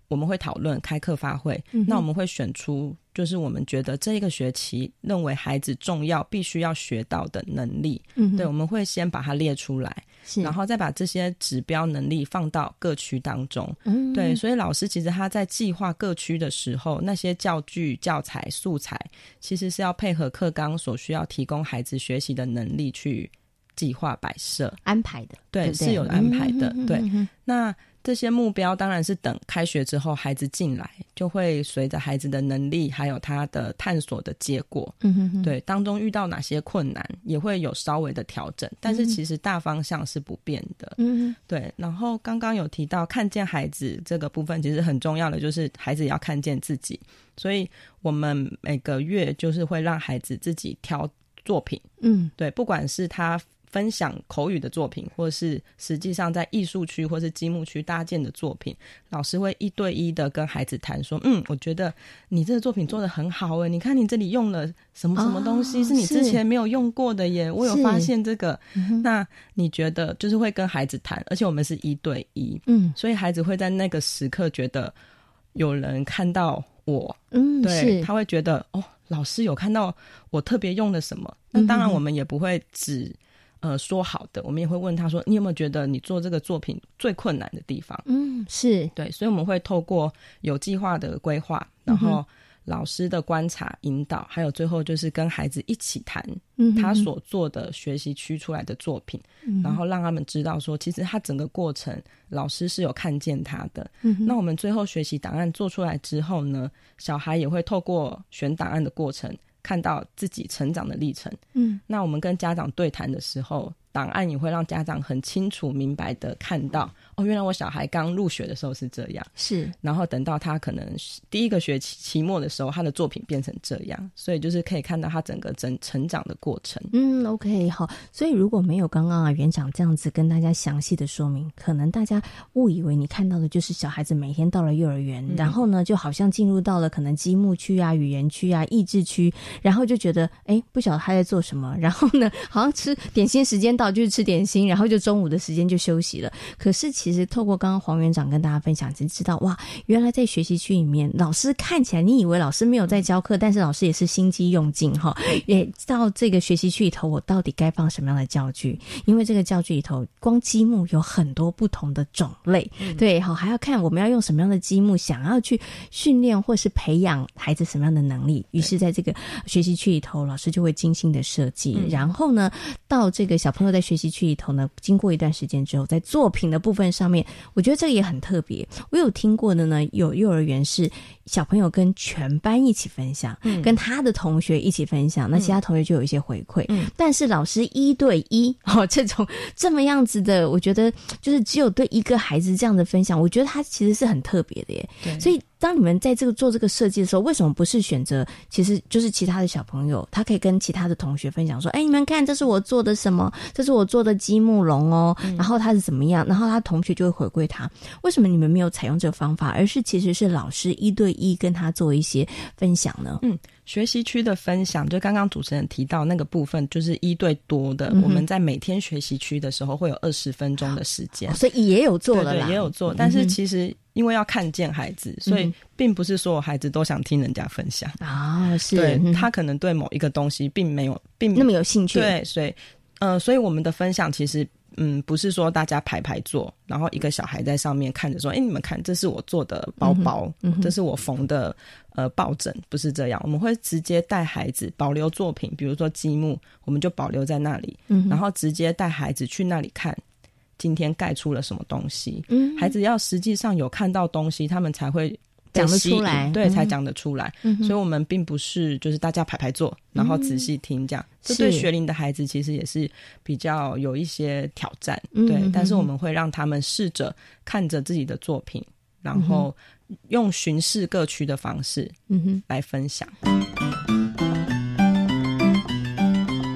我们会讨论开课发会、嗯、那我们会选出就是我们觉得这一个学期认为孩子重要必须要学到的能力、嗯、对，我们会先把它列出来，然后再把这些指标能力放到各区当中、嗯、对，所以老师其实他在计划各区的时候，那些教具教材素材其实是要配合课纲所需要提供孩子学习的能力去计划摆设安排的， 对, 对, 对是有安排的、嗯、对、 嗯、 那这些目标当然是等开学之后孩子进来，就会随着孩子的能力还有他的探索的结果、嗯、哼哼对，当中遇到哪些困难也会有稍微的调整，但是其实大方向是不变的。嗯，对。然后刚刚有提到看见孩子这个部分其实很重要的，就是孩子也要看见自己，所以我们每个月就是会让孩子自己挑作品。嗯，对，不管是他分享口语的作品，或是实际上在艺术区或是积木区搭建的作品，老师会一对一的跟孩子谈说，嗯，我觉得你这个作品做得很好耶，你看你这里用了什么什么东西、哦、是你之前没有用过的耶，我有发现这个、嗯、那你觉得就是会跟孩子谈，而且我们是一对一，嗯，所以孩子会在那个时刻觉得有人看到我，嗯，对，他会觉得哦，老师有看到我特别用了什么。那当然我们也不会只呃说好的，我们也会问他说，你有没有觉得你做这个作品最困难的地方？嗯，是，对，所以我们会透过有计划的规划，然后老师的观察引导，还有最后就是跟孩子一起谈他所做的学习区出来的作品、嗯、然后让他们知道说其实他整个过程老师是有看见他的、嗯、那我们最后学习档案做出来之后呢，小孩也会透过选档案的过程看到自己成长的历程。嗯，那我们跟家长对谈的时候，档案也会让家长很清楚明白的看到，哦，原来我小孩刚入学的时候是这样，是，然后等到他可能第一个学期期末的时候，他的作品变成这样，所以就是可以看到他整个整成长的过程。 嗯 OK 好，所以如果没有刚刚啊园长这样子跟大家详细的说明，可能大家误以为你看到的就是小孩子每天到了幼儿园、嗯、然后呢就好像进入到了可能积木区啊语言区啊益智区，然后就觉得哎不晓得他在做什么，然后呢好像吃点心时间到就是吃点心，然后就中午的时间就休息了。可是其实透过刚刚黄园长跟大家分享，才知道哇，原来在学习区里面，老师看起来你以为老师没有在教课，但是老师也是心机用尽哈，也到这个学习区里头，我到底该放什么样的教具？因为这个教具里头，光积木有很多不同的种类，嗯、对，好还要看我们要用什么样的积木，想要去训练或是培养孩子什么样的能力。于是在这个学习区里头，老师就会精心的设计，嗯、然后呢，到这个小朋友在学习区里头呢，经过一段时间之后，在作品的部分上面，我觉得这个也很特别。我有听过的呢，有幼儿园是小朋友跟全班一起分享，嗯、跟他的同学一起分享，那其他同学就有一些回馈。嗯、但是老师一对一哦，这种这么样子的，我觉得就是只有对一个孩子这样的分享，我觉得他其实是很特别的耶。对，所以当你们在这个做这个设计的时候，为什么不是选择其实就是其他的小朋友，他可以跟其他的同学分享说，哎，你们看这是我做的什么，这是我做的积木龙哦、嗯、然后他是怎么样，然后他同学就会回馈他。为什么你们没有采用这个方法，而是其实是老师一对一跟他做一些分享呢？嗯， 学习区的分享就刚刚主持人提到那个部分，就是一对多的、嗯、我们在每天学习区的时候会有二十分钟的时间、 哦、所以也有做了啦， 对对也有做、嗯、但是其实因为要看见孩子，所以并不是所有孩子都想听人家分享啊、哦，是，对、嗯、他可能对某一个东西并没有并那么有兴趣， 对，所以呃，所以我们的分享其实嗯，不是说大家排排坐，然后一个小孩在上面看着说，哎，你们看，这是我做的包包，嗯嗯、这是我缝的呃抱枕，不是这样。我们会直接带孩子保留作品，比如说积木，我们就保留在那里，嗯、然后直接带孩子去那里看今天盖出了什么东西。嗯，孩子要实际上有看到东西，他们才会讲得出来， 对，才讲得出来、嗯、所以我们并不是就是大家排排坐然后仔细听这样、嗯、这对学龄的孩子其实也是比较有一些挑战、嗯、对、嗯、但是我们会让他们试着看着自己的作品，然后用巡视各区的方式来分享。 好，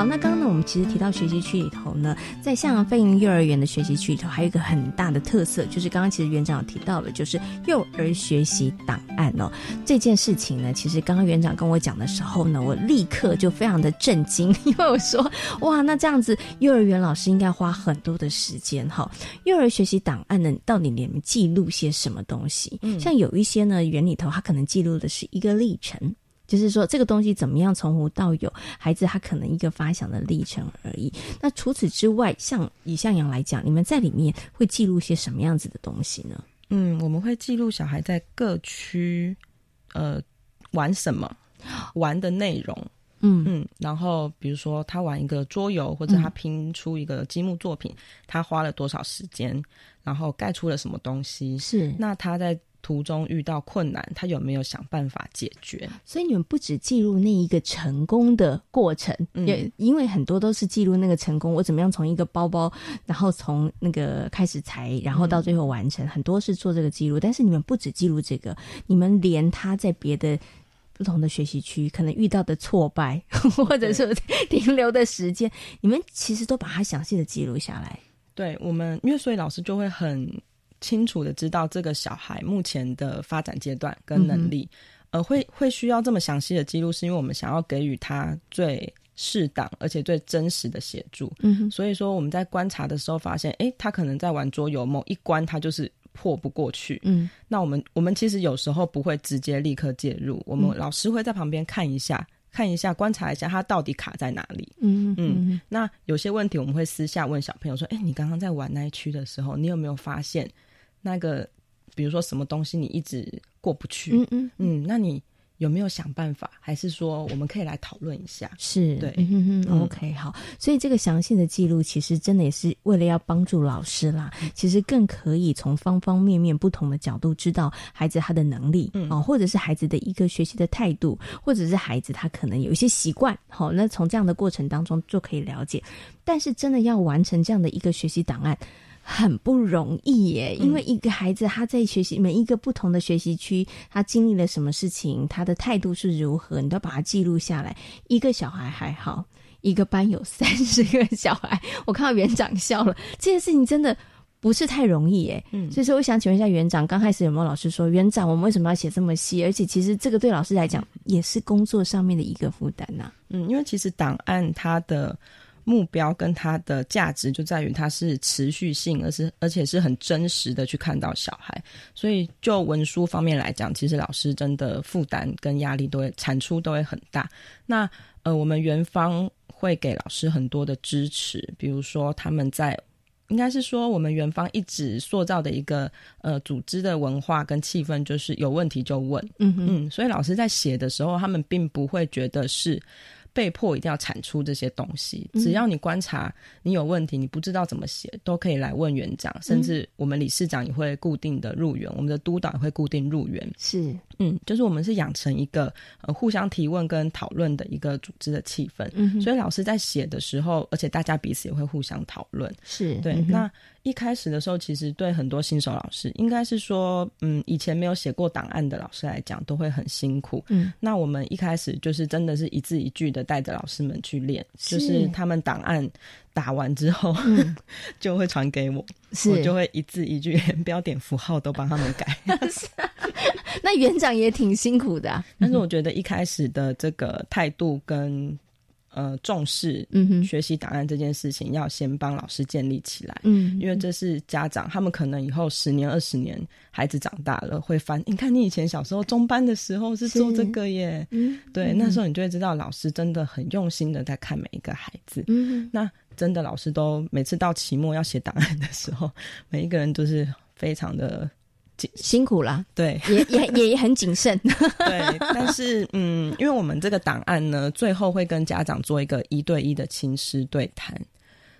好，那刚刚呢，我们其实提到学习区里头呢，在向阳飞行幼儿园的学习区里头，还有一个很大的特色，就是刚刚其实园长有提到了，就是幼儿学习档案哦。这件事情呢，其实刚刚园长跟我讲的时候呢，我立刻就非常的震惊，因为我说，哇，那这样子幼儿园老师应该花很多的时间哈。幼儿学习档案呢，到底你们记录些什么东西？嗯，像有一些呢，园里头它可能记录的是一个历程。就是说这个东西怎么样从无到有，孩子他可能一个发想的历程而已。那除此之外，像以向阳来讲，你们在里面会记录些什么样子的东西呢？ 嗯，我们会记录小孩在各区呃玩什么，玩的内容。嗯嗯，然后比如说他玩一个桌游，或者他拼出一个积木作品，嗯，他花了多少时间，然后盖出了什么东西，是那他在途中遇到困难，他有没有想办法解决？ 所以你们不只记录那一个成功的过程，嗯，也因为很多都是记录那个成功，我怎么样从一个包包，然后从那个开始裁，然后到最后完成，嗯，很多是做这个记录。但是你们不只记录这个，你们连他在别的不同的学习区可能遇到的挫败，或者是停留的时间，你们其实都把它详细的记录下来。 对，我们因为所以老师就会很清楚的知道这个小孩目前的发展阶段跟能力，嗯，呃，会会需要这么详细的记录，是因为我们想要给予他最适当而且最真实的协助。嗯，所以说我们在观察的时候发现，诶，他可能在玩桌游某一关他就是破不过去。嗯，那我们我们其实有时候不会直接立刻介入，我们老师会在旁边看一下。看一下观察一下他到底卡在哪里。嗯嗯，那有些问题我们会私下问小朋友说，诶，你刚刚在玩那一区的时候，你有没有发现那个比如说什么东西你一直过不去？嗯嗯嗯，那你有没有想办法？还是说我们可以来讨论一下？ 是， 对， 嗯嗯 OK， 好。所以这个详细的记录其实真的也是为了要帮助老师啦，其实更可以从方方面面不同的角度知道孩子他的能力，嗯，哦，或者是孩子的一个学习的态度，或者是孩子他可能有一些习惯，好，那从这样的过程当中就可以了解。但是真的要完成这样的一个学习档案很不容易耶，因为一个孩子他在学习每一个不同的学习区，他经历了什么事情，他的态度是如何，你都把它记录下来。一个小孩还好，一个班有三十个小孩，我看到园长笑了，这件事情真的不是太容易耶。嗯，所以说我想请问一下园长，刚开始有没有老师说，园长我们为什么要写这么细？而且其实这个对老师来讲也是工作上面的一个负担啊。 嗯，因为其实档案它的目标跟它的价值就在于它是持续性，而是而且是很真实的去看到小孩，所以就文书方面来讲，其实老师真的负担跟压力都会产出都会很大。那呃，我们园方会给老师很多的支持，比如说他们在应该是说我们园方一直塑造的一个呃组织的文化跟气氛，就是有问题就问。嗯嗯，所以老师在写的时候，他们并不会觉得是被迫一定要产出这些东西，只要你观察你有问题，你不知道怎么写，都可以来问园长，甚至我们理事长也会固定的入园，我们的督导也会固定入园。 是， 嗯，就是我们是养成一个呃互相提问跟讨论的一个组织的气氛。嗯，所以老师在写的时候，而且大家彼此也会互相讨论。 是， 对。嗯，那一开始的时候，其实对很多新手老师，应该是说，嗯，以前没有写过档案的老师来讲，都会很辛苦。嗯，那我们一开始就是真的是一字一句的带着老师们去练，是就是他们档案打完之后，嗯，就会传给我，我就会一字一句连标点符号都帮他们改。 那园长也挺辛苦的啊， 但是我觉得一开始的这个态度跟呃，重视学习档案这件事情，要先帮老师建立起来。嗯，因为这是家长，他们可能以后十年、二十年，孩子长大了会翻，你看你以前小时候中班的时候是做这个耶。嗯，对，嗯，那时候你就会知道老师真的很用心的在看每一个孩子。嗯，那真的老师都每次到期末要写档案的时候，每一个人都是非常的辛苦啦， 对， 也也也很谨慎， 对。但是，嗯，因为我们这个档案呢，最后会跟家长做一个一对一的亲师对谈，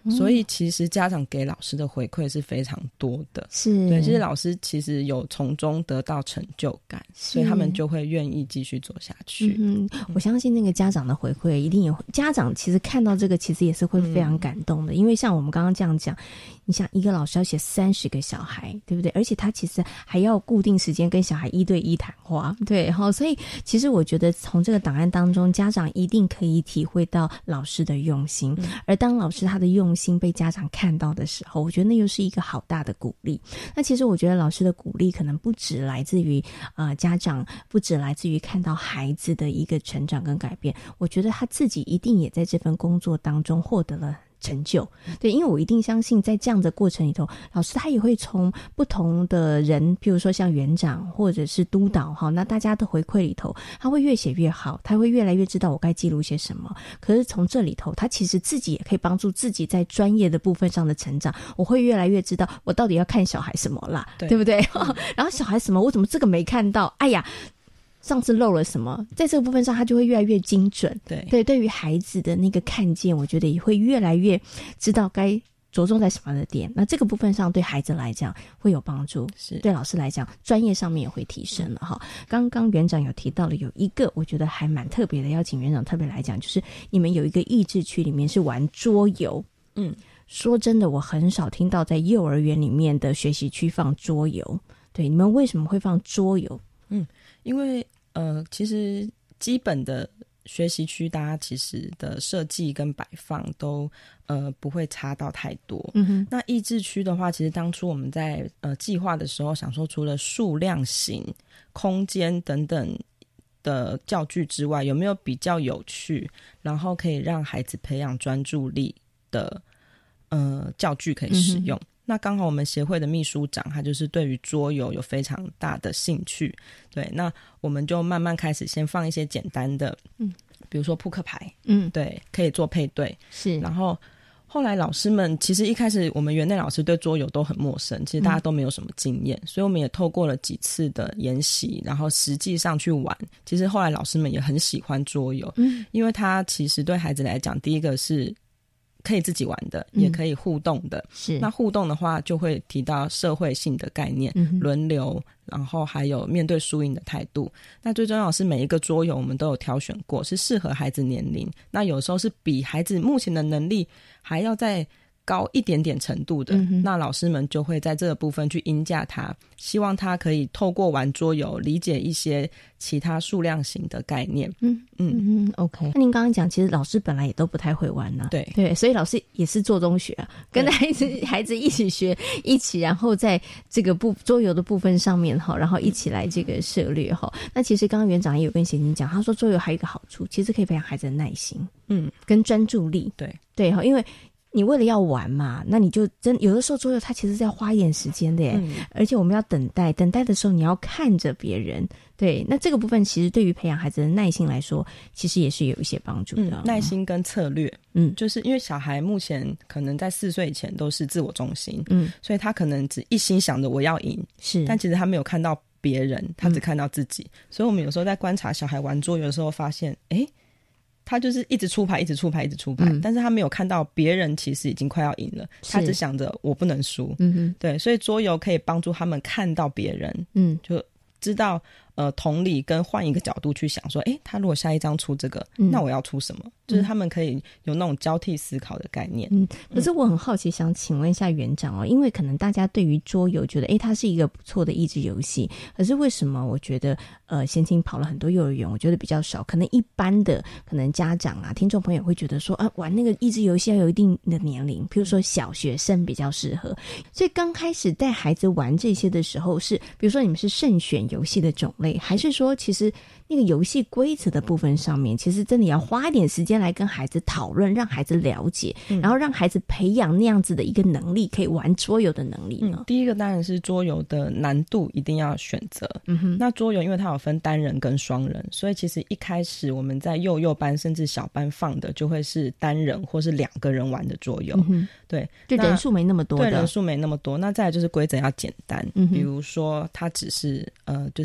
所以其实家长给老师的回馈是非常多的， 是对，其实老师其实有从中得到成就感，所以他们就会愿意继续做下去。 嗯，我相信那个家长的回馈一定也会，家长其实看到这个其实也是会非常感动的，嗯、因为像我们刚刚这样讲，你想一个老师要写三十个小孩，对不对？而且他其实还要固定时间跟小孩一对一谈话，对，好，所以其实我觉得从这个档案当中，家长一定可以体会到老师的用心，嗯、而当老师他的用心被家长看到的时候，我觉得那又是一个好大的鼓励。那其实我觉得老师的鼓励可能不只来自于呃家长，不只来自于看到孩子的一个成长跟改变，我觉得他自己一定也在这份工作当中获得了成就。对，因为我一定相信在这样的过程里头，老师他也会从不同的人，譬如说像园长或者是督导哈，那大家的回馈里头，他会越写越好，他会越来越知道我该记录些什么。可是从这里头，他其实自己也可以帮助自己在专业的部分上的成长，我会越来越知道我到底要看小孩什么啦， 对, 对不对、嗯、然后小孩什么我怎么这个没看到，哎呀上次漏了什么，在这个部分上他就会越来越精准。 对对，对于孩子的那个看见，我觉得也会越来越知道该着重在什么样的点。那这个部分上对孩子来讲会有帮助， 是对老师来讲专业上面也会提升了哈。刚刚园长有提到了有一个我觉得还蛮特别的，邀请园长特别来讲，就是你们有一个益智区里面是玩桌游。 嗯， 说真的我很少听到在幼儿园里面的学习区放桌游。对，你们为什么会放桌游？ 嗯，因为呃，其实基本的学习区，大家其实的设计跟摆放都呃不会差到太多。 嗯哼， 那益智区的话，其实当初我们在呃计划的时候，想说除了数量型、空间等等的教具之外，有没有比较有趣，然后可以让孩子培养专注力的呃教具可以使用？嗯，那刚好我们协会的秘书长他就是对于桌游有非常大的兴趣，对，那我们就慢慢开始先放一些简单的， 嗯， 比如说扑克牌， 嗯， 对，可以做配对， 是， 然后后来老师们其实一开始我们园内老师对桌游都很陌生，其实大家都没有什么经验，嗯，所以我们也透过了几次的研习，然后实际上去玩，其实后来老师们也很喜欢桌游， 嗯，因为它其实对孩子来讲，第一个是可以自己玩的，也可以互动的， 嗯，是， 那互动的话就会提到社会性的概念， 嗯， 轮流，然后还有面对输赢的态度。那最重要的是每一个桌游我们都有挑选过是适合孩子年龄，那有时候是比孩子目前的能力还要再高一点点程度的， 嗯， 那老师们就会在这个部分去引驾他，希望他可以透过玩桌游理解一些其他数量型的概念。 嗯嗯嗯 OK。 那您刚刚讲其实老师本来也都不太会玩呢，啊， 对对，所以老师也是做中学啊，跟孩子孩子一起学，一起然后在这个部桌游的部分上面哈，然后一起来这个涉猎哈。那其实刚刚园长也有跟贤琴讲，他说桌游还有一个好处，其实可以培养孩子的耐心， 嗯， 跟专注力， 对对哈，因为你为了要玩嘛，那你就真有的时候桌游它其实是要花一点时间的耶， 嗯， 而且我们要等待，等待的时候你要看着别人，对，那这个部分其实对于培养孩子的耐心来说，其实也是有一些帮助的， 嗯，耐心跟策略， 嗯， 就是因为小孩目前可能在四岁以前都是自我中心， 嗯， 所以他可能只一心想着我要赢， 是， 但其实他没有看到别人，他只看到自己，嗯，所以我们有时候在观察小孩玩桌游的时候发现，诶他就是一直出牌一直出牌一直出牌，嗯，但是他没有看到别人其实已经快要赢了，他只想着我不能输， 嗯哼， 对，所以桌游可以帮助他们看到别人， 嗯， 就知道呃同理跟换一个角度去想说，诶他如果下一张出这个， 嗯， 那我要出什么，就是他们可以有那种交替思考的概念。 嗯，可是我很好奇，想请问一下园长哦，因为可能大家对于桌游觉得诶它是一个不错的益智游戏，可是为什么我觉得呃贤琴跑了很多幼儿园，我觉得比较少，可能一般的可能家长啊听众朋友会觉得说啊玩那个益智游戏要有一定的年龄，比如说小学生比较适合，所以刚开始带孩子玩这些的时候是比如说你们是慎选游戏的种类，还是说其实那个游戏规则的部分上面其实真的要花一点时间来跟孩子讨论，让孩子了解，嗯，然后让孩子培养那样子的一个能力，可以玩桌游的能力呢？ 嗯，第一个当然是桌游的难度一定要选择， 嗯哼， 那桌游因为它有分单人跟双人，所以其实一开始我们在幼幼班甚至小班放的就会是单人或是两个人玩的桌游， 嗯哼， 对， 就人数没那么多的， 对，人数没那么多，那再来就是规则要简单，嗯，比如说它只是呃就是井字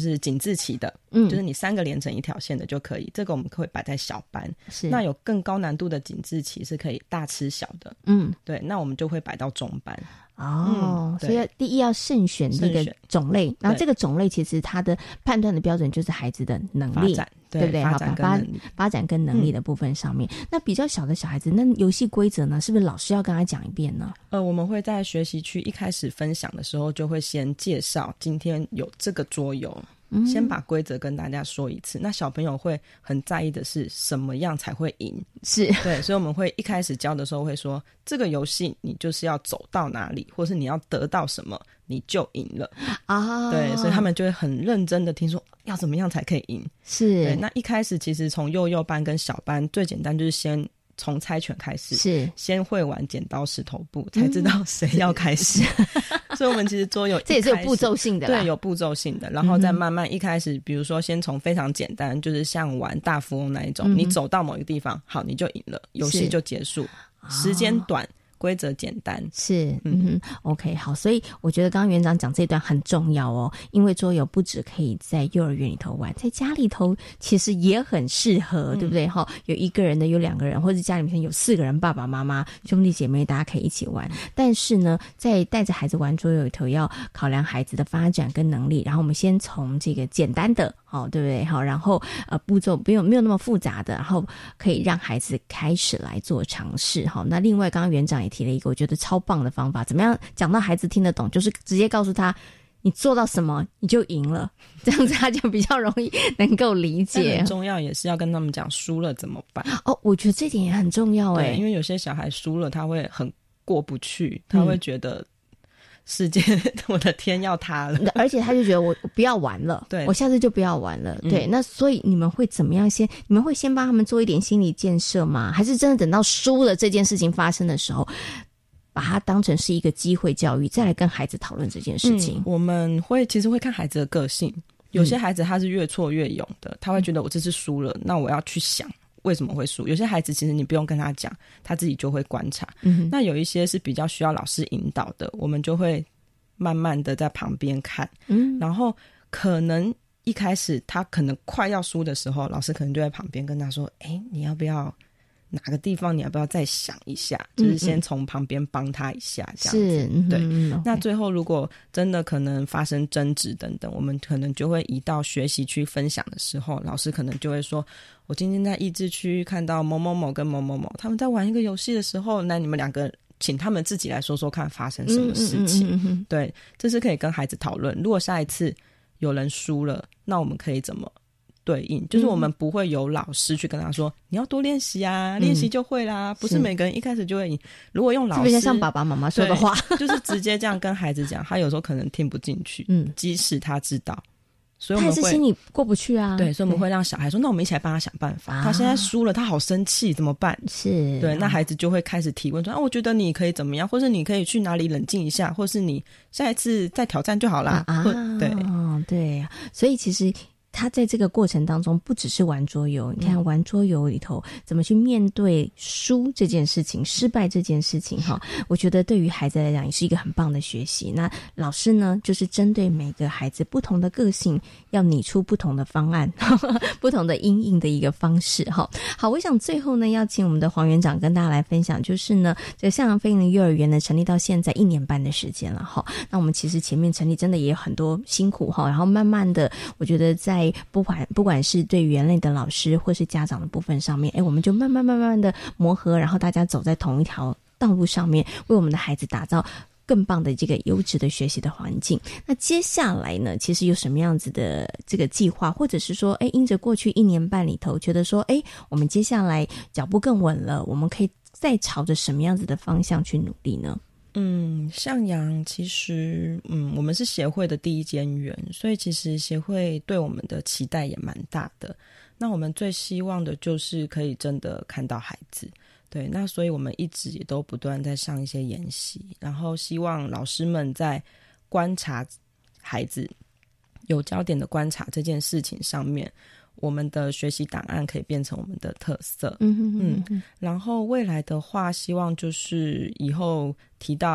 字旗的， 嗯， 就是你三个连成一条线的就可以，这个我们会摆在小班。 是， 那有更高难度的紧字旗是可以大吃小的， 嗯， 对，那我们就会摆到中班。 哦、嗯，所以第一要慎选那个种类，然后这个种类其实它的判断的标准就是孩子的能力， 发展对, 对不对？ 发展跟能力， 发展跟能力的部分上面、嗯。那比较小的小孩子，那游戏规则呢，是不是老师要跟他讲一遍呢？ 呃，我们会在学习区一开始分享的时候，就会先介绍今天有这个桌游。嗯、先把规则跟大家说一次，那小朋友会很在意的是什么样才会赢， 是对，所以我们会一开始教的时候会说，这个游戏你就是要走到哪里，或是你要得到什么你就赢了啊，对，所以他们就会很认真的听说要怎么样才可以赢， 是对。那一开始其实从幼幼班跟小班最简单就是先从猜拳开始， 是先会玩剪刀石头布、嗯、才知道谁要开始所以我们其实桌游这也是有步骤性的啦， 对，有步骤性的，然后再慢慢一开始、嗯、比如说先从非常简单，就是像玩大富翁那一种、嗯、你走到某一个地方好你就赢了，游戏就结束，时间短，规则简单， 是嗯哼 OK 好，所以我觉得刚刚园长讲这段很重要哦，因为桌游不只可以在幼儿园里头玩，在家里头其实也很适合、嗯、对不对哈？有一个人的，有两个人，或者家里面有四个人，爸爸妈妈兄弟姐妹大家可以一起玩，但是呢在带着孩子玩桌游里头要考量孩子的发展跟能力，然后我们先从这个简单的好，对不对好，然后呃步骤没有没有那么复杂的，然后可以让孩子开始来做尝试好。那另外刚刚园长也提了一个我觉得超棒的方法，怎么样讲到孩子听得懂，就是直接告诉他你做到什么你就赢了，这样子他就比较容易能够理解。 很重要也是要跟他们讲输了怎么办哦，我觉得这点也很重要耶， 对，因为有些小孩输了他会很过不去，他会觉得世界、嗯、我的天要塌了， 而且他就觉得我不要玩了， 对， 我下次就不要玩了、嗯、对，那所以你们会怎么样先你们会先帮他们做一点心理建设吗？还是真的等到输了这件事情发生的时候把它当成是一个机会教育，再来跟孩子讨论这件事情、 嗯、我们会其实会看孩子的个性，有些孩子他是越挫越勇的，他会觉得我这次输了，那我要去想为什么会输，有些孩子其实你不用跟他讲，他自己就会观察、嗯、那有一些是比较需要老师引导的，我们就会慢慢的在旁边看、嗯、然后可能一开始他可能快要输的时候，老师可能就在旁边跟他说，诶，你要不要哪个地方你要不要再想一下，就是先从旁边帮他一下这样子，是、嗯、对、嗯、那最后如果真的可能发生争执等等，我们可能就会移到学习区分享的时候，老师可能就会说，我今天在益智区看到某某某跟某某某他们在玩一个游戏的时候，那你们两个请他们自己来说说看发生什么事情、嗯嗯嗯嗯、对，这是可以跟孩子讨论，如果下一次有人输了，那我们可以怎么对应，就是我们不会有老师去跟他说、嗯、你要多练习啊，练习就会啦、嗯、不是每个人一开始就会赢，如果用老师特别像爸爸妈妈说的话就是直接这样跟孩子讲，他有时候可能听不进去，嗯，即使他知道，所以我们会他是心里过不去啊， 对，所以我们会让小孩说，那我们一起来帮他想办法、啊、他现在输了，他好生气怎么办， 是对，那孩子就会开始提问说，啊，我觉得你可以怎么样，或是你可以去哪里冷静一下，或是你下一次再挑战就好啦、 啊、 对对，所以其实他在这个过程当中不只是玩桌游，你看玩桌游里头怎么去面对输这件事情，失败这件事情哈，我觉得对于孩子来讲也是一个很棒的学习。那老师呢就是针对每个孩子不同的个性要拟出不同的方案呵呵不同的因应的一个方式哈。好，我想最后呢要请我们的黄园长跟大家来分享，就是呢这个向阳飞鹰幼儿园呢成立到现在一年半的时间了哈。那我们其实前面成立真的也有很多辛苦哈，然后慢慢的我觉得在不管不管是对园内的老师或是家长的部分上面，哎，我们就慢慢慢慢的磨合，然后大家走在同一条道路上面，为我们的孩子打造更棒的这个优质的学习的环境。那接下来呢，其实有什么样子的这个计划，或者是说，哎，因着过去一年半里头，觉得说，哎，我们接下来脚步更稳了，我们可以再朝着什么样子的方向去努力呢？ 嗯，向阳其实嗯，我们是协会的第一间园，所以其实协会对我们的期待也蛮大的。那我们最希望的就是可以真的看到孩子，对，那所以我们一直也都不断在上一些研习，然后希望老师们在观察孩子有焦点的观察这件事情上面，我们的学习档案可以变成我们的特色。嗯哼哼哼嗯，然后未来的话希望就是以后提到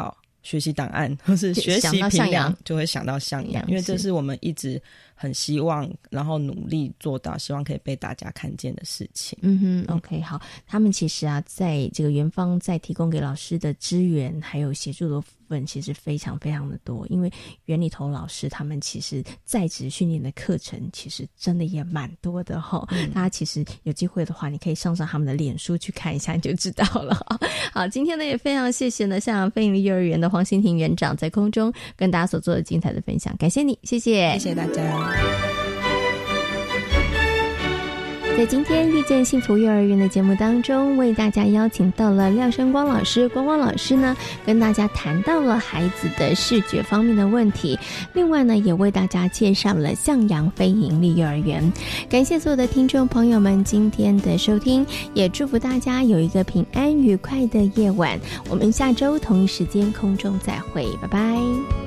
学习档案或是学习评量，就会想到向阳，因为这是我们一直很希望然后努力做到，希望可以被大家看见的事情。 嗯哼 OK 好，他们其实啊在这个园方在提供给老师的资源还有协助的部分其实非常非常的多，因为园里头老师他们其实在职训练的课程其实真的也蛮多的齁、嗯、大家其实有机会的话你可以上上他们的脸书去看一下你就知道了。好，今天呢也非常谢谢呢向阳非营利幼儿园的黄欣婷园长在空中跟大家所做的精彩的分享，感谢你，谢谢， 谢谢大家。 在今天遇见幸福幼儿园的节目当中，为大家邀请到了廖生光老师，光光老师呢跟大家谈到了孩子的视觉方面的问题，另外呢也为大家介绍了向阳非营利幼儿园。感谢所有的听众朋友们今天的收听，也祝福大家有一个平安愉快的夜晚，我们下周同一时间空中再会，拜拜。